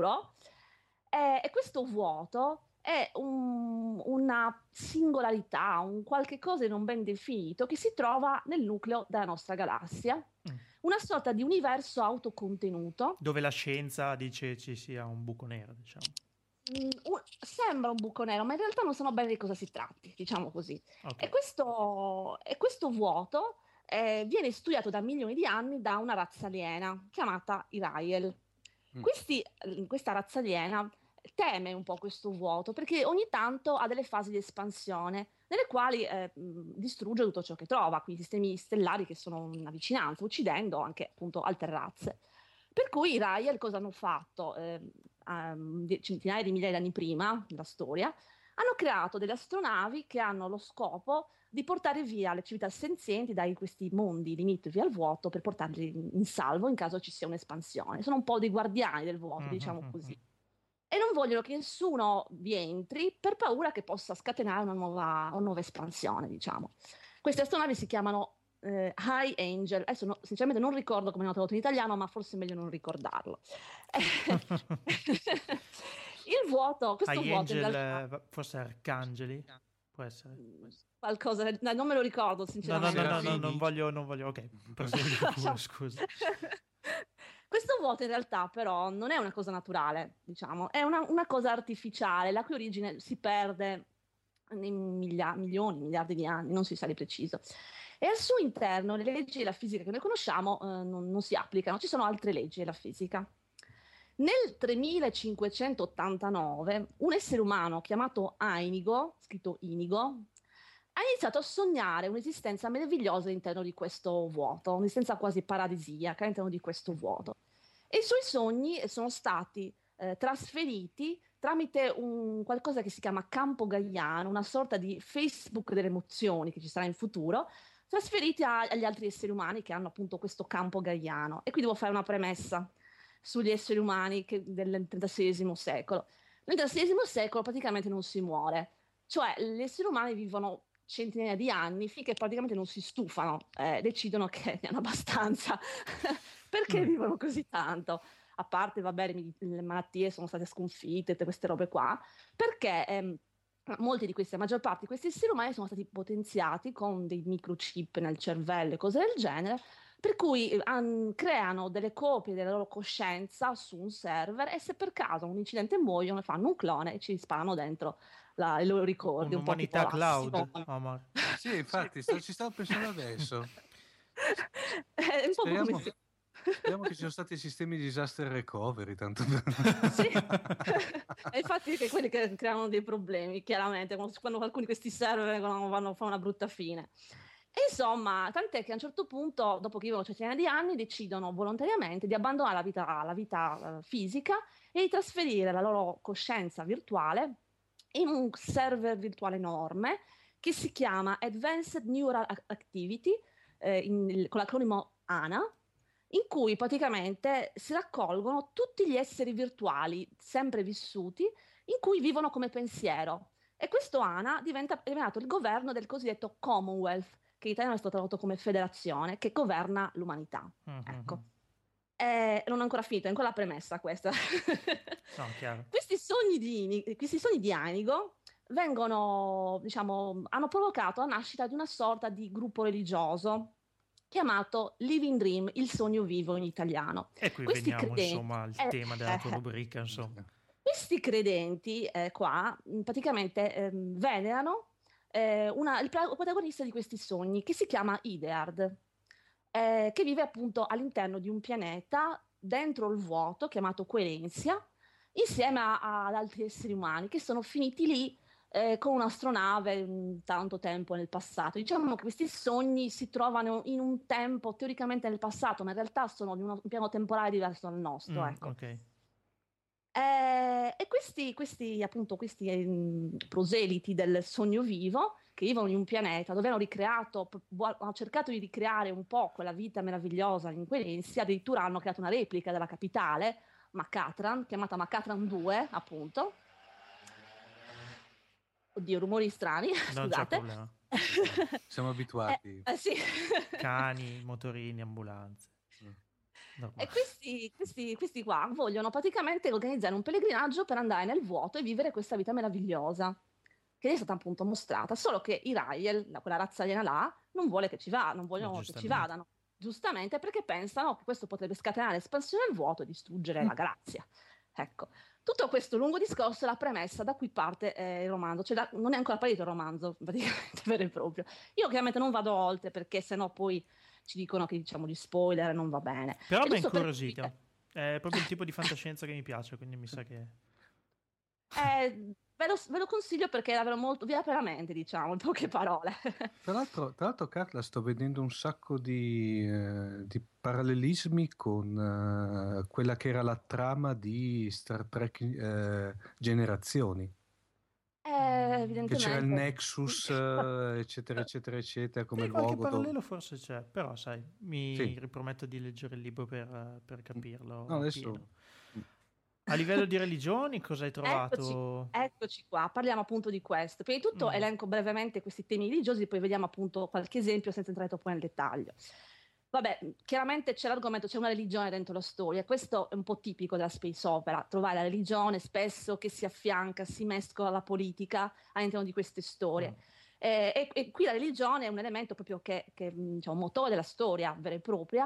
E questo vuoto è una singolarità, un qualche cosa di non ben definito che si trova nel nucleo della nostra galassia. Una sorta di universo autocontenuto. Dove la scienza dice ci sia un buco nero, diciamo. Sembra un buco nero, ma in realtà non so bene di cosa si tratti, diciamo così. Okay. E questo vuoto viene studiato da milioni di anni da una razza aliena chiamata i Rael. Questa razza aliena teme un po' questo vuoto perché ogni tanto ha delle fasi di espansione nelle quali distrugge tutto ciò che trova, quindi sistemi stellari che sono in vicinanza, uccidendo anche appunto altre razze. Per cui i Rael cosa hanno fatto? Centinaia di migliaia di anni prima della storia, hanno creato delle astronavi che hanno lo scopo di portare via le civiltà senzienti da questi mondi limitrofi al vuoto per portarli in salvo in caso ci sia un'espansione. Sono un po' dei guardiani del vuoto, diciamo così. E non vogliono che nessuno vi entri per paura che possa scatenare una nuova espansione, diciamo. Queste astronavi si chiamano High Angel. Adesso sinceramente non ricordo come hanno tradotto in italiano, ma forse è meglio non ricordarlo. Il vuoto, questo High vuoto Angel, in realtà, forse Arcangeli, può essere. Qualcosa, non me lo ricordo sinceramente. No, non voglio, ok, prosegui pure, scusa. Questo vuoto in realtà però non è una cosa naturale, diciamo, è una cosa artificiale, la cui origine si perde in milioni, miliardi di anni, non si sa di preciso. E al suo interno le leggi della fisica che noi conosciamo non si applicano, ci sono altre leggi della fisica. Nel 3589 un essere umano chiamato Inigo, scritto Inigo, ha iniziato a sognare un'esistenza meravigliosa all'interno di questo vuoto, un'esistenza quasi paradisiaca all'interno di questo vuoto. E i suoi sogni sono stati trasferiti tramite qualcosa che si chiama campo gaiano, una sorta di Facebook delle emozioni che ci sarà in futuro, trasferiti agli altri esseri umani che hanno appunto questo campo gaiano. E qui devo fare una premessa sugli esseri umani del XXXI secolo. Nel XXXI secolo praticamente non si muore, cioè gli esseri umani vivono centinaia di anni finché praticamente non si stufano, decidono che ne hanno abbastanza perché vivono così tanto. A parte, vabbè, le malattie sono state sconfitte, tutte queste robe qua, perché la maggior parte di questi esseri umani sono stati potenziati con dei microchip nel cervello e cose del genere, per cui creano delle copie della loro coscienza su un server e se per caso un incidente muoiono, fanno un clone e ci sparano dentro i loro ricordi. Un'umanità cloud, Omar. Sì, infatti, ci stavo pensando adesso. È un po' come Speriamo che ci siano stati sistemi di disaster recovery, tanto sì. E infatti che quelli che creano dei problemi, chiaramente, quando alcuni di questi server vanno a fare una brutta fine. E insomma, tant'è che a un certo punto, dopo che vivono centinaia di anni, decidono volontariamente di abbandonare la vita fisica e di trasferire la loro coscienza virtuale in un server virtuale enorme che si chiama Advanced Neural Activity, con l'acronimo ANA, in cui praticamente si raccolgono tutti gli esseri virtuali sempre vissuti in cui vivono come pensiero. E questo ANA è diventato il governo del cosiddetto Commonwealth, che in italiano è stato tradotto come federazione, che governa l'umanità. Ecco. Non ho ancora finito, è ancora la premessa questa. No, chiaro. Questi sogni di Inigo vengono, diciamo, hanno provocato la nascita di una sorta di gruppo religioso chiamato Living Dream, il sogno vivo in italiano. E qui veniamo insomma al tema della tua rubrica, insomma. Questi credenti qua praticamente venerano il protagonista di questi sogni, che si chiama Ideard, che vive appunto all'interno di un pianeta dentro il vuoto chiamato Querencia, insieme ad altri esseri umani che sono finiti lì con un'astronave tanto tempo nel passato. Diciamo che questi sogni si trovano in un tempo teoricamente nel passato, ma in realtà sono di un piano temporale diverso dal nostro. Ecco. Okay. E questi proseliti del sogno vivo, che vivono in un pianeta dove hanno cercato di ricreare un po' quella vita meravigliosa in Querencia, addirittura hanno creato una replica della capitale, Makatran, chiamata Makatran 2, appunto. Oddio, rumori strani, non scusate. c'è problema. Siamo abituati. Sì. Cani, motorini, ambulanze. E questi qua vogliono praticamente organizzare un pellegrinaggio per andare nel vuoto e vivere questa vita meravigliosa, che è stata appunto mostrata, solo che i Rael, quella razza aliena là, non vogliono che ci vadano, giustamente perché pensano che questo potrebbe scatenare l'espansione del vuoto e distruggere la galassia. Ecco, tutto questo lungo discorso è la premessa da cui parte il romanzo, cioè non è ancora partito il romanzo, praticamente vero e proprio. Io chiaramente non vado oltre perché sennò poi ci dicono che diciamo gli spoiler non va bene. Però mi è incuriosito, è proprio il tipo di fantascienza che mi piace, quindi mi sa che... Ve lo consiglio perché è molto vi apre la mente, diciamo, in poche parole. Tra l'altro, Carla, sto vedendo un sacco di parallelismi con quella che era la trama di Star Trek Generazioni. Evidentemente. Che c'era il Nexus, eccetera, eccetera, eccetera, come luogo. Qualche parallelo forse c'è, però sai, mi riprometto di leggere il libro per capirlo. No, adesso... A livello di religioni cosa hai trovato? Eccoci qua, parliamo appunto di questo. Prima di tutto elenco brevemente questi temi religiosi, poi vediamo appunto qualche esempio senza entrare troppo nel dettaglio. Vabbè, chiaramente c'è l'argomento, c'è una religione dentro la storia, questo è un po' tipico della space opera, trovare la religione spesso che si affianca, si mescola alla politica all'interno di queste storie. E qui la religione è un elemento proprio che diciamo, un motore della storia vera e propria,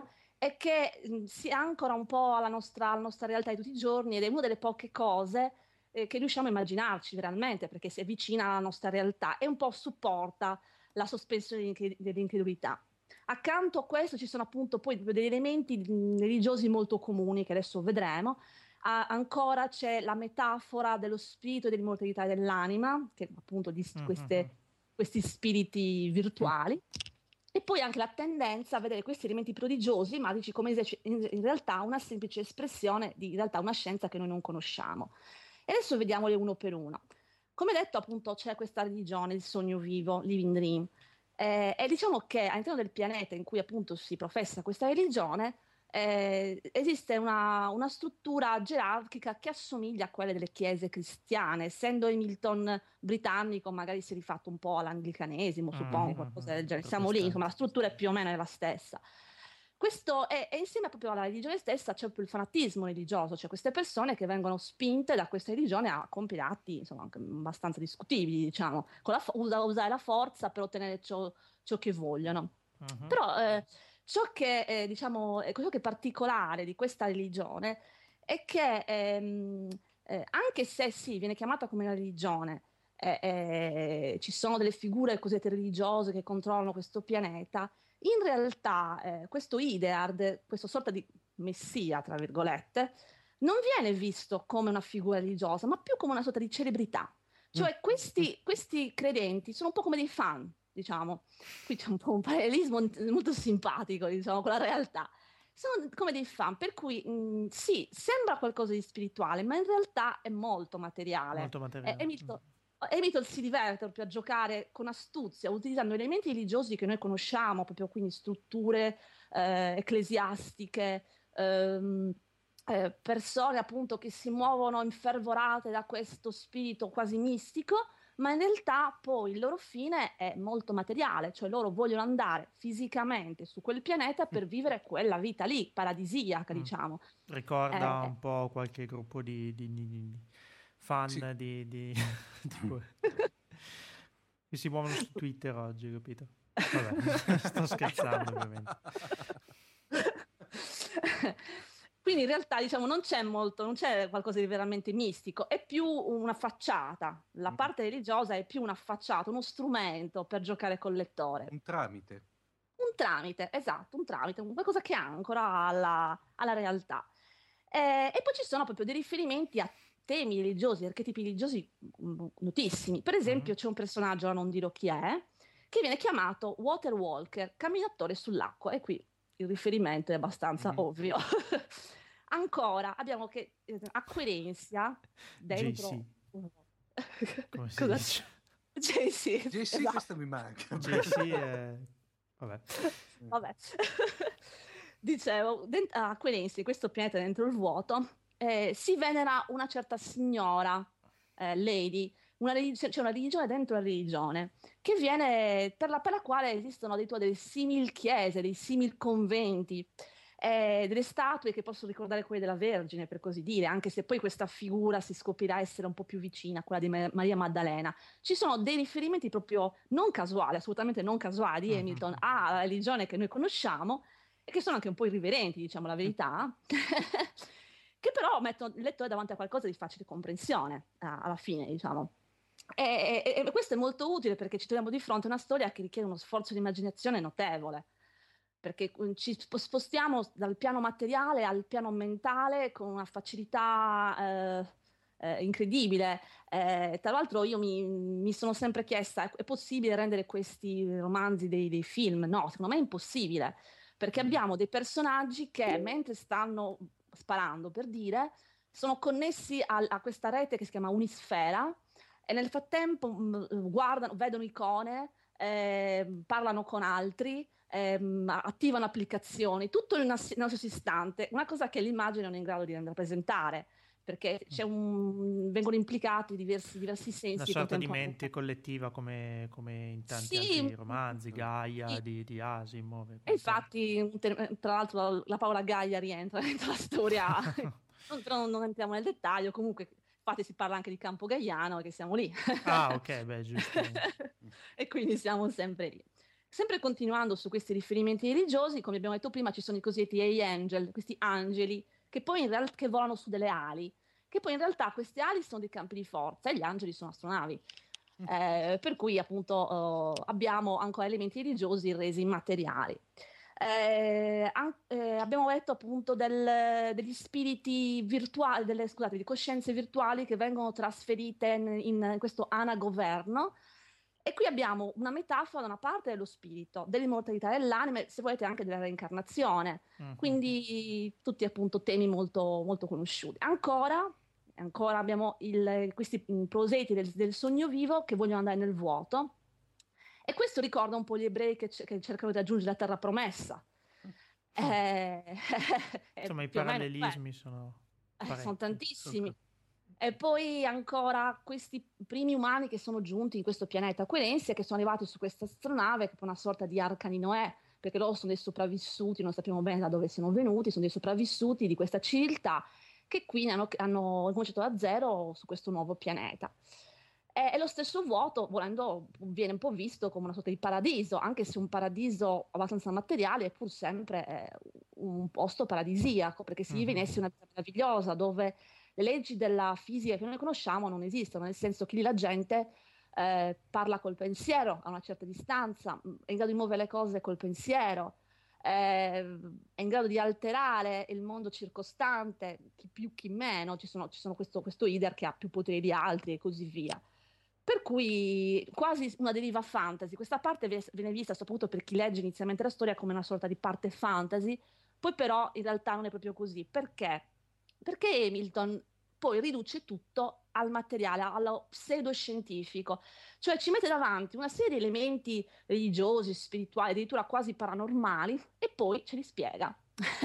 e che si ancora un po' alla nostra realtà di tutti i giorni, ed è una delle poche cose che riusciamo a immaginarci veramente, perché si avvicina alla nostra realtà e un po' supporta la sospensione dell'incredulità. Accanto a questo ci sono appunto poi degli elementi religiosi molto comuni, che adesso vedremo. Ancora c'è la metafora dello spirito e dell'immortalità dell'anima, che appunto di questi spiriti virtuali. E poi anche la tendenza a vedere questi elementi prodigiosi, magici, come in realtà una semplice espressione di in realtà una scienza che noi non conosciamo. E adesso vediamole uno per uno. Come detto, appunto, c'è questa religione, il sogno vivo, Living Dream. E diciamo che all'interno del pianeta in cui appunto si professa questa religione, esiste una struttura gerarchica che assomiglia a quelle delle chiese cristiane. Essendo Hamilton britannico, magari si è rifatto un po' all'anglicanesimo, suppongo, qualcosa del genere. Siamo lì, insomma, la struttura è più o meno la stessa. Questo è insieme proprio alla religione stessa c'è proprio il fanatismo religioso, cioè queste persone che vengono spinte da questa religione a compiere atti, insomma, anche abbastanza discutibili, diciamo, con usare la forza per ottenere ciò che vogliono. Però ciò che diciamo, quello che è particolare di questa religione è che anche se sì, viene chiamata come una religione, ci sono delle figure cosiddette religiose che controllano questo pianeta, in realtà questo Ideard, questa sorta di messia, tra virgolette, non viene visto come una figura religiosa, ma più come una sorta di celebrità. Cioè questi credenti sono un po' come dei fan, diciamo. Qui c'è un po' un parallelismo molto simpatico, diciamo, con la realtà. Sono come dei fan, per cui sì, sembra qualcosa di spirituale, ma in realtà è molto materiale. Molto materiale. Hamilton si diverte proprio a giocare con astuzia, utilizzando elementi religiosi che noi conosciamo, proprio quindi strutture ecclesiastiche, persone appunto che si muovono infervorate da questo spirito quasi mistico, ma in realtà poi il loro fine è molto materiale, cioè loro vogliono andare fisicamente su quel pianeta per vivere quella vita lì, paradisiaca, diciamo. Ricorda un po' qualche gruppo di fan di che si muovono su Twitter oggi, capito? Vabbè, sto scherzando ovviamente. Quindi in realtà diciamo non c'è qualcosa di veramente mistico, è più una facciata. La parte religiosa è più una facciata, uno strumento per giocare col lettore. Un tramite. Un tramite, esatto, un tramite, qualcosa che ancora alla realtà. E poi ci sono proprio dei riferimenti a temi religiosi, archetipi religiosi notissimi. Per esempio c'è un personaggio, non dirò chi è, che viene chiamato Water Walker, camminatore sull'acqua, e qui il riferimento è abbastanza ovvio. Ancora abbiamo che Acquarentia dentro come si dice? JC, esatto. Questo mi manca. JC vabbè. Dicevo, Acquarentia, questo pianeta dentro il vuoto, si venera una certa signora, lady, c'è una religione dentro la religione, che viene per la quale esistono delle simil chiese, dei simil conventi, delle statue che possono ricordare quelle della Vergine, per così dire, anche se poi questa figura si scoprirà essere un po' più vicina a quella di Maria Maddalena. Ci sono dei riferimenti proprio non casuali, assolutamente non casuali, di Hamilton alla religione che noi conosciamo, e che sono anche un po' irriverenti, diciamo la verità, che però mettono il lettore davanti a qualcosa di facile comprensione, alla fine, diciamo. E questo è molto utile perché ci troviamo di fronte a una storia che richiede uno sforzo di immaginazione notevole, perché ci spostiamo dal piano materiale al piano mentale con una facilità incredibile. Tra l'altro io mi sono sempre chiesta, è possibile rendere questi romanzi dei film? No, secondo me è impossibile, perché abbiamo dei personaggi che mentre stanno sparando, per dire, sono connessi a questa rete che si chiama Unisfera, e nel frattempo vedono icone, parlano con altri, attivano applicazioni, tutto in uno stesso istante, una cosa che l'immagine non è in grado di rappresentare, perché vengono implicati diversi sensi. Una sorta di mente collettiva come in tanti altri romanzi, Gaia di Asimov. E infatti, tra l'altro, la parola Gaia rientra dentro la storia, non entriamo nel dettaglio, comunque infatti si parla anche di campo gaiano, che siamo lì. Ah, ok, beh, giusto. E quindi siamo sempre lì. Sempre continuando su questi riferimenti religiosi, come abbiamo detto prima, ci sono i cosiddetti angel, questi angeli che poi in realtà che volano su delle ali, che poi in realtà queste ali sono dei campi di forza e gli angeli sono astronavi. Per cui appunto abbiamo ancora elementi religiosi resi immateriali. Abbiamo detto appunto degli spiriti virtuali, di coscienze virtuali che vengono trasferite in questo anagoverno. E qui abbiamo una metafora da una parte dello spirito, dell'immortalità dell'anima e se volete anche della reincarnazione, quindi tutti appunto temi molto, molto conosciuti. Ancora abbiamo questi proseti del sogno vivo che vogliono andare nel vuoto e questo ricorda un po' gli ebrei che cercano di raggiungere la terra promessa. Insomma, i parallelismi sono tantissimi. E poi ancora questi primi umani che sono giunti in questo pianeta Querensia, che sono arrivati su questa astronave, che è una sorta di arca di Noè, perché loro sono dei sopravvissuti, non sappiamo bene da dove siano venuti, sono dei sopravvissuti di questa civiltà che qui hanno cominciato da zero su questo nuovo pianeta. E lo stesso vuoto, volendo, viene un po' visto come una sorta di paradiso, anche se un paradiso abbastanza materiale è pur sempre un posto paradisiaco, perché si vive in essi una vita meravigliosa, dove le leggi della fisica che noi conosciamo non esistono, nel senso che lì la gente parla col pensiero a una certa distanza, è in grado di muovere le cose col pensiero, è in grado di alterare il mondo circostante, chi più chi meno, ci sono questo leader che ha più poteri di altri e così via. Per cui quasi una deriva fantasy. Questa parte viene vista soprattutto per chi legge inizialmente la storia come una sorta di parte fantasy, poi però in realtà non è proprio così. Perché? Perché Hamilton poi riduce tutto al materiale, allo pseudoscientifico, cioè ci mette davanti una serie di elementi religiosi, spirituali, addirittura quasi paranormali, e poi ce li spiega.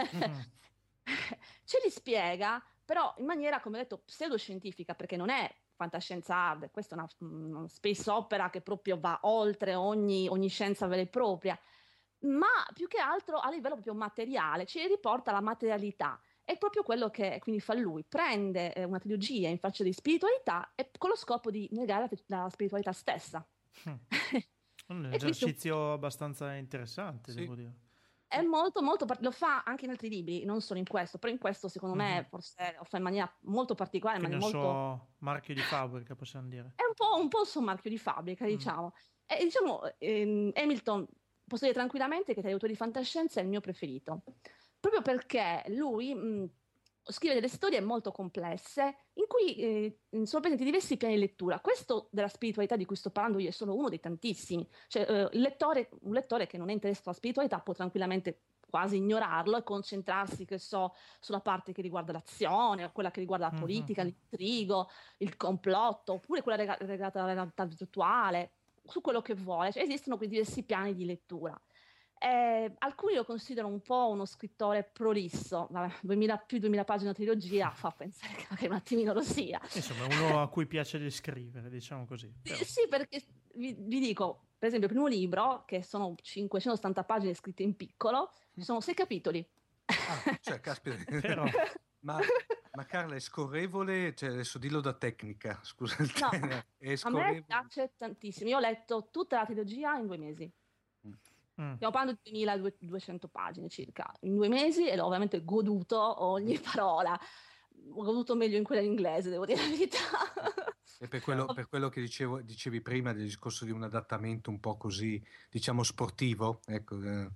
Ce li spiega, però in maniera, come ho detto, pseudoscientifica, perché non è fantascienza hard, questa è una space opera che proprio va oltre ogni scienza vera e propria, ma più che altro a livello proprio materiale, ci riporta la materialità. È proprio quello che quindi fa lui, prende una trilogia in faccia di spiritualità e con lo scopo di negare la spiritualità stessa. Un esercizio abbastanza interessante, devo dire. È molto, molto, lo fa anche in altri libri, non solo in questo, però in questo secondo me forse lo fa in maniera molto particolare. Quindi molto... suo marchio di fabbrica, possiamo dire. È un po' il suo marchio di fabbrica, diciamo. E diciamo, Hamilton, posso dire tranquillamente che tra gli autori di fantascienza è il mio preferito. Proprio perché lui scrive delle storie molto complesse in cui sono presenti diversi piani di lettura. Questo della spiritualità di cui sto parlando io è solo uno dei tantissimi. Cioè, un lettore che non è interessato alla spiritualità può tranquillamente quasi ignorarlo e concentrarsi, che so, sulla parte che riguarda l'azione, quella che riguarda la politica, l'intrigo, il complotto, oppure quella legata alla realtà virtuale, su quello che vuole. Cioè, esistono quei diversi piani di lettura. Alcuni lo considerano un po' uno scrittore prolisso, più di 2000 pagine di trilogia fa pensare che un attimino lo sia. Insomma, uno a cui piace descrivere, diciamo così. Però. Sì, perché vi dico, per esempio, il primo libro, che sono 580 pagine scritte in piccolo, sono 6 capitoli. Cioè, caspita. Però... Ma Carla, è scorrevole? Cioè, adesso dillo da tecnica, scusa il termine. È scorrevole? A me piace tantissimo. Io ho letto tutta la trilogia in 2 mesi. Stiamo parlando di 2200 pagine circa in 2 mesi e l'ho ovviamente goduto ogni parola. Ho goduto meglio in quella in inglese, devo dire la verità. E per quello che dicevi prima del discorso di un adattamento un po' così, diciamo, sportivo, ecco.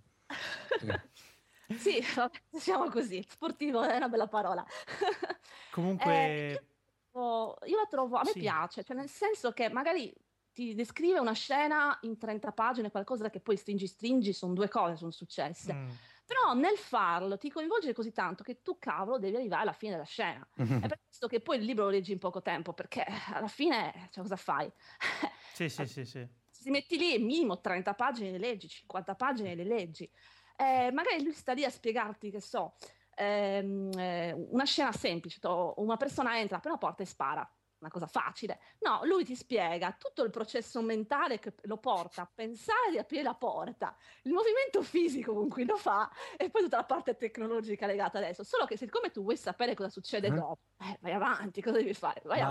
Sì, diciamo così, sportivo è una bella parola. Comunque... io la trovo, a me piace, cioè nel senso che magari ti descrive una scena in 30 pagine, qualcosa che poi stringi, sono 2 cose, sono successe. Però nel farlo ti coinvolge così tanto che tu, cavolo, devi arrivare alla fine della scena. È per questo che poi il libro lo leggi in poco tempo, perché alla fine, cioè, cosa fai? Sì. Si metti lì, minimo 30 pagine le leggi, 50 pagine le leggi. Magari lui sta lì a spiegarti, che so, una scena semplice, una persona entra per una porta e spara. Una cosa facile. No, lui ti spiega tutto il processo mentale che lo porta a pensare di aprire la porta, il movimento fisico con cui lo fa e poi tutta la parte tecnologica legata adesso. Solo che siccome tu vuoi sapere cosa succede dopo, vai avanti, cosa devi fare? Vai avanti.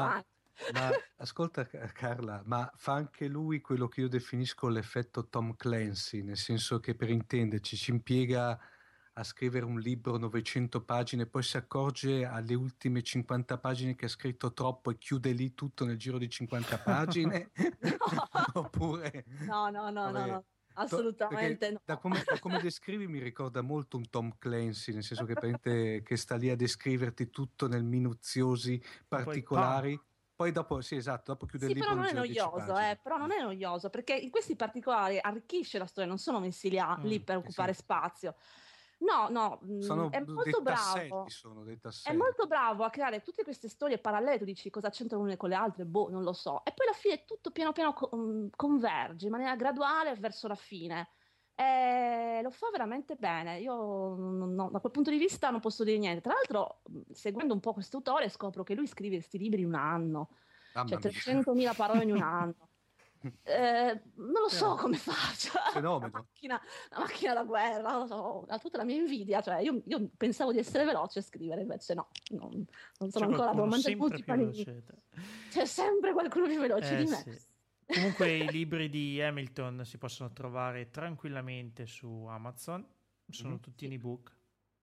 Ma ascolta Carla, ma fa anche lui quello che io definisco l'effetto Tom Clancy, nel senso che, per intenderci, ci impiega a scrivere un libro 900 pagine, poi si accorge alle ultime 50 pagine che ha scritto troppo e chiude lì tutto nel giro di 50 pagine? Oppure... No, assolutamente no. Da come descrivi mi ricorda molto un Tom Clancy, nel senso che sta lì a descriverti tutto nel minuziosi particolari. Poi dopo, sì, esatto, dopo chiude il libro. Però non è noioso, però non è noioso, perché in questi particolari arricchisce la storia, non sono messi lì per occupare spazio. No, sono è molto bravo. Dei tasselli. È molto bravo a creare tutte queste storie parallele, tu dici cosa c'entrano le con le altre, non lo so. E poi alla fine tutto piano piano converge in maniera graduale verso la fine. Lo fa veramente bene. Io da quel punto di vista non posso dire niente. Tra l'altro, seguendo un po' questo autore, scopro che lui scrive questi libri in un anno, cioè 300.000 parole in un anno. Non lo so come faccio. Fenomeno. La macchina da guerra, non lo so, ha tutta la mia invidia. Cioè, io pensavo di essere veloce a scrivere, invece no, non sono ancora molti panini. C'è sempre qualcuno più veloce di me. Sì. Comunque i libri di Hamilton si possono trovare tranquillamente su Amazon, sono tutti in ebook.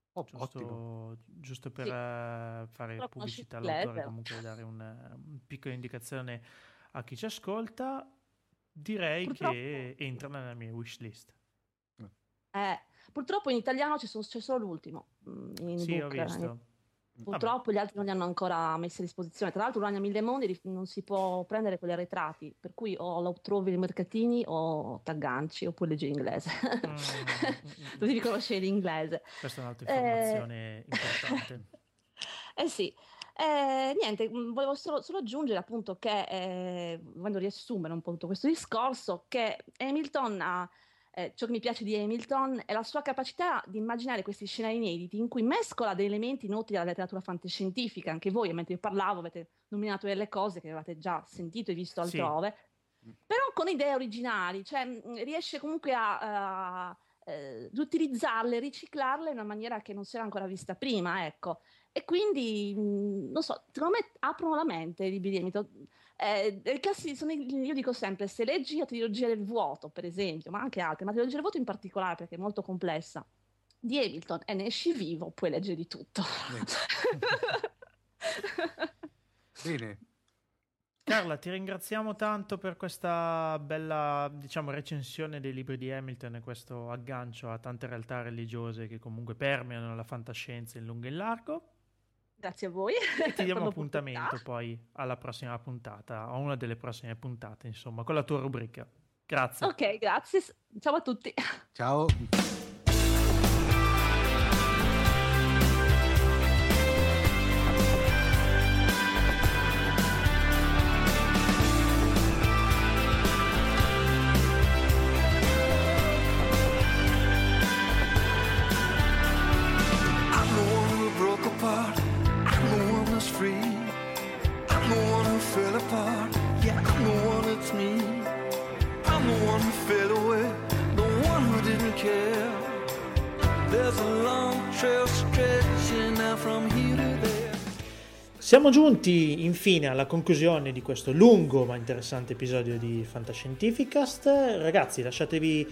Giusto per fare pubblicità all'autore, comunque dare una piccola indicazione a chi ci ascolta. Direi che entra nella mia wishlist. Purtroppo in italiano c'è solo l'ultimo. Sì, ho visto. Purtroppo gli altri non li hanno ancora messi a disposizione. Tra l'altro Urania Mille Mondi non si può prendere quelli arretrati, per cui o lo trovi nei mercatini o t'agganci oppure leggi l'inglese. Tu devi conoscere l'inglese. Questa è un'altra informazione importante. Sì. Niente, volevo solo aggiungere appunto che, volendo riassumere un po' tutto questo discorso, che Hamilton ha, ciò che mi piace di Hamilton è la sua capacità di immaginare questi scenari inediti in cui mescola degli elementi noti dalla letteratura fantascientifica. Anche voi, mentre io parlavo, avete nominato delle cose che avevate già sentito e visto altrove, però con idee originali, cioè riesce comunque a riutilizzarle, riciclarle in una maniera che non si era ancora vista prima, ecco. E quindi, non so, secondo me aprono la mente i libri di Hamilton. Io dico sempre, se leggi la trilogia del vuoto, per esempio, ma anche altre, ma la trilogia del vuoto in particolare perché è molto complessa, di Hamilton, e ne esci vivo, puoi leggere di tutto. Bene. Carla, ti ringraziamo tanto per questa bella, diciamo, recensione dei libri di Hamilton e questo aggancio a tante realtà religiose che comunque permeano la fantascienza in lungo e in largo. Grazie a voi. E ti diamo appuntamento poi alla prossima puntata, a una delle prossime puntate, insomma, con la tua rubrica. Grazie. Ok, grazie. Ciao a tutti. Ciao. Siamo giunti infine alla conclusione di questo lungo ma interessante episodio di Fantascientificast. Ragazzi, lasciateci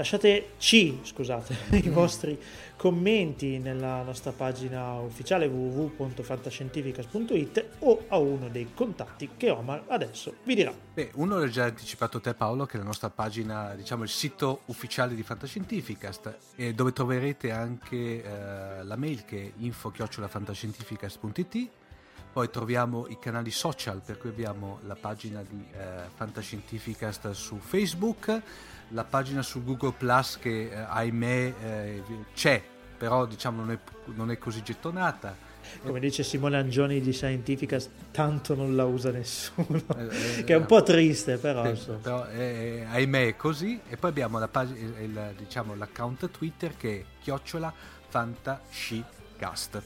i vostri commenti nella nostra pagina ufficiale www.fantascientificast.it o a uno dei contatti che Omar adesso vi dirà. Uno l'hai già anticipato te, Paolo, che è la nostra pagina, diciamo il sito ufficiale di Fantascientificast, e dove troverete anche la mail che è info@fantascientificast.it. Poi troviamo i canali social, per cui abbiamo la pagina di Fantascientificast su Facebook, la pagina su Google Plus che ahimè c'è, però diciamo non è così gettonata. Come dice Simone Angioni di Scientificast, tanto non la usa nessuno, che è un po' triste, però ahimè è così. E poi abbiamo la pagina, diciamo l'account Twitter che è @fantascicast.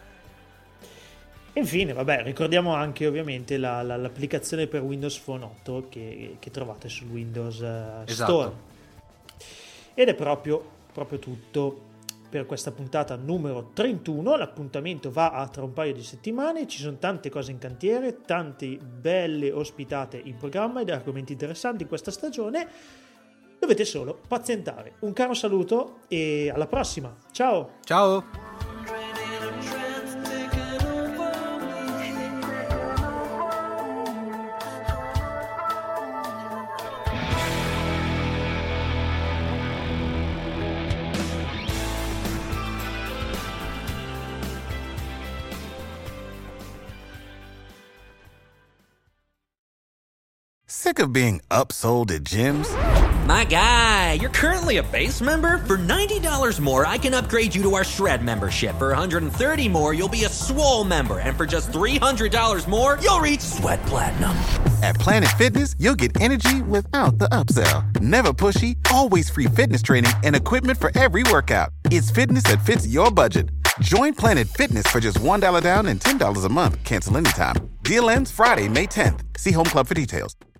Infine, ricordiamo anche ovviamente l'applicazione per Windows Phone 8 che trovate sul Windows Store. Ed è proprio tutto. per questa puntata numero 31. L'appuntamento va a tra un paio di settimane, ci sono tante cose in cantiere, tante belle ospitate in programma ed argomenti interessanti in questa stagione. Dovete solo pazientare. Un caro saluto e alla prossima. Ciao! Ciao! Sick of being upsold at gyms? My guy, you're currently a base member? For $90 more, I can upgrade you to our Shred membership. For $130 more, you'll be a Swole member. And for just $300 more, you'll reach Sweat Platinum. At Planet Fitness, you'll get energy without the upsell. Never pushy, always free fitness training and equipment for every workout. It's fitness that fits your budget. Join Planet Fitness for just $1 down and $10 a month. Cancel anytime. Deal ends Friday, May 10th. See Home Club for details.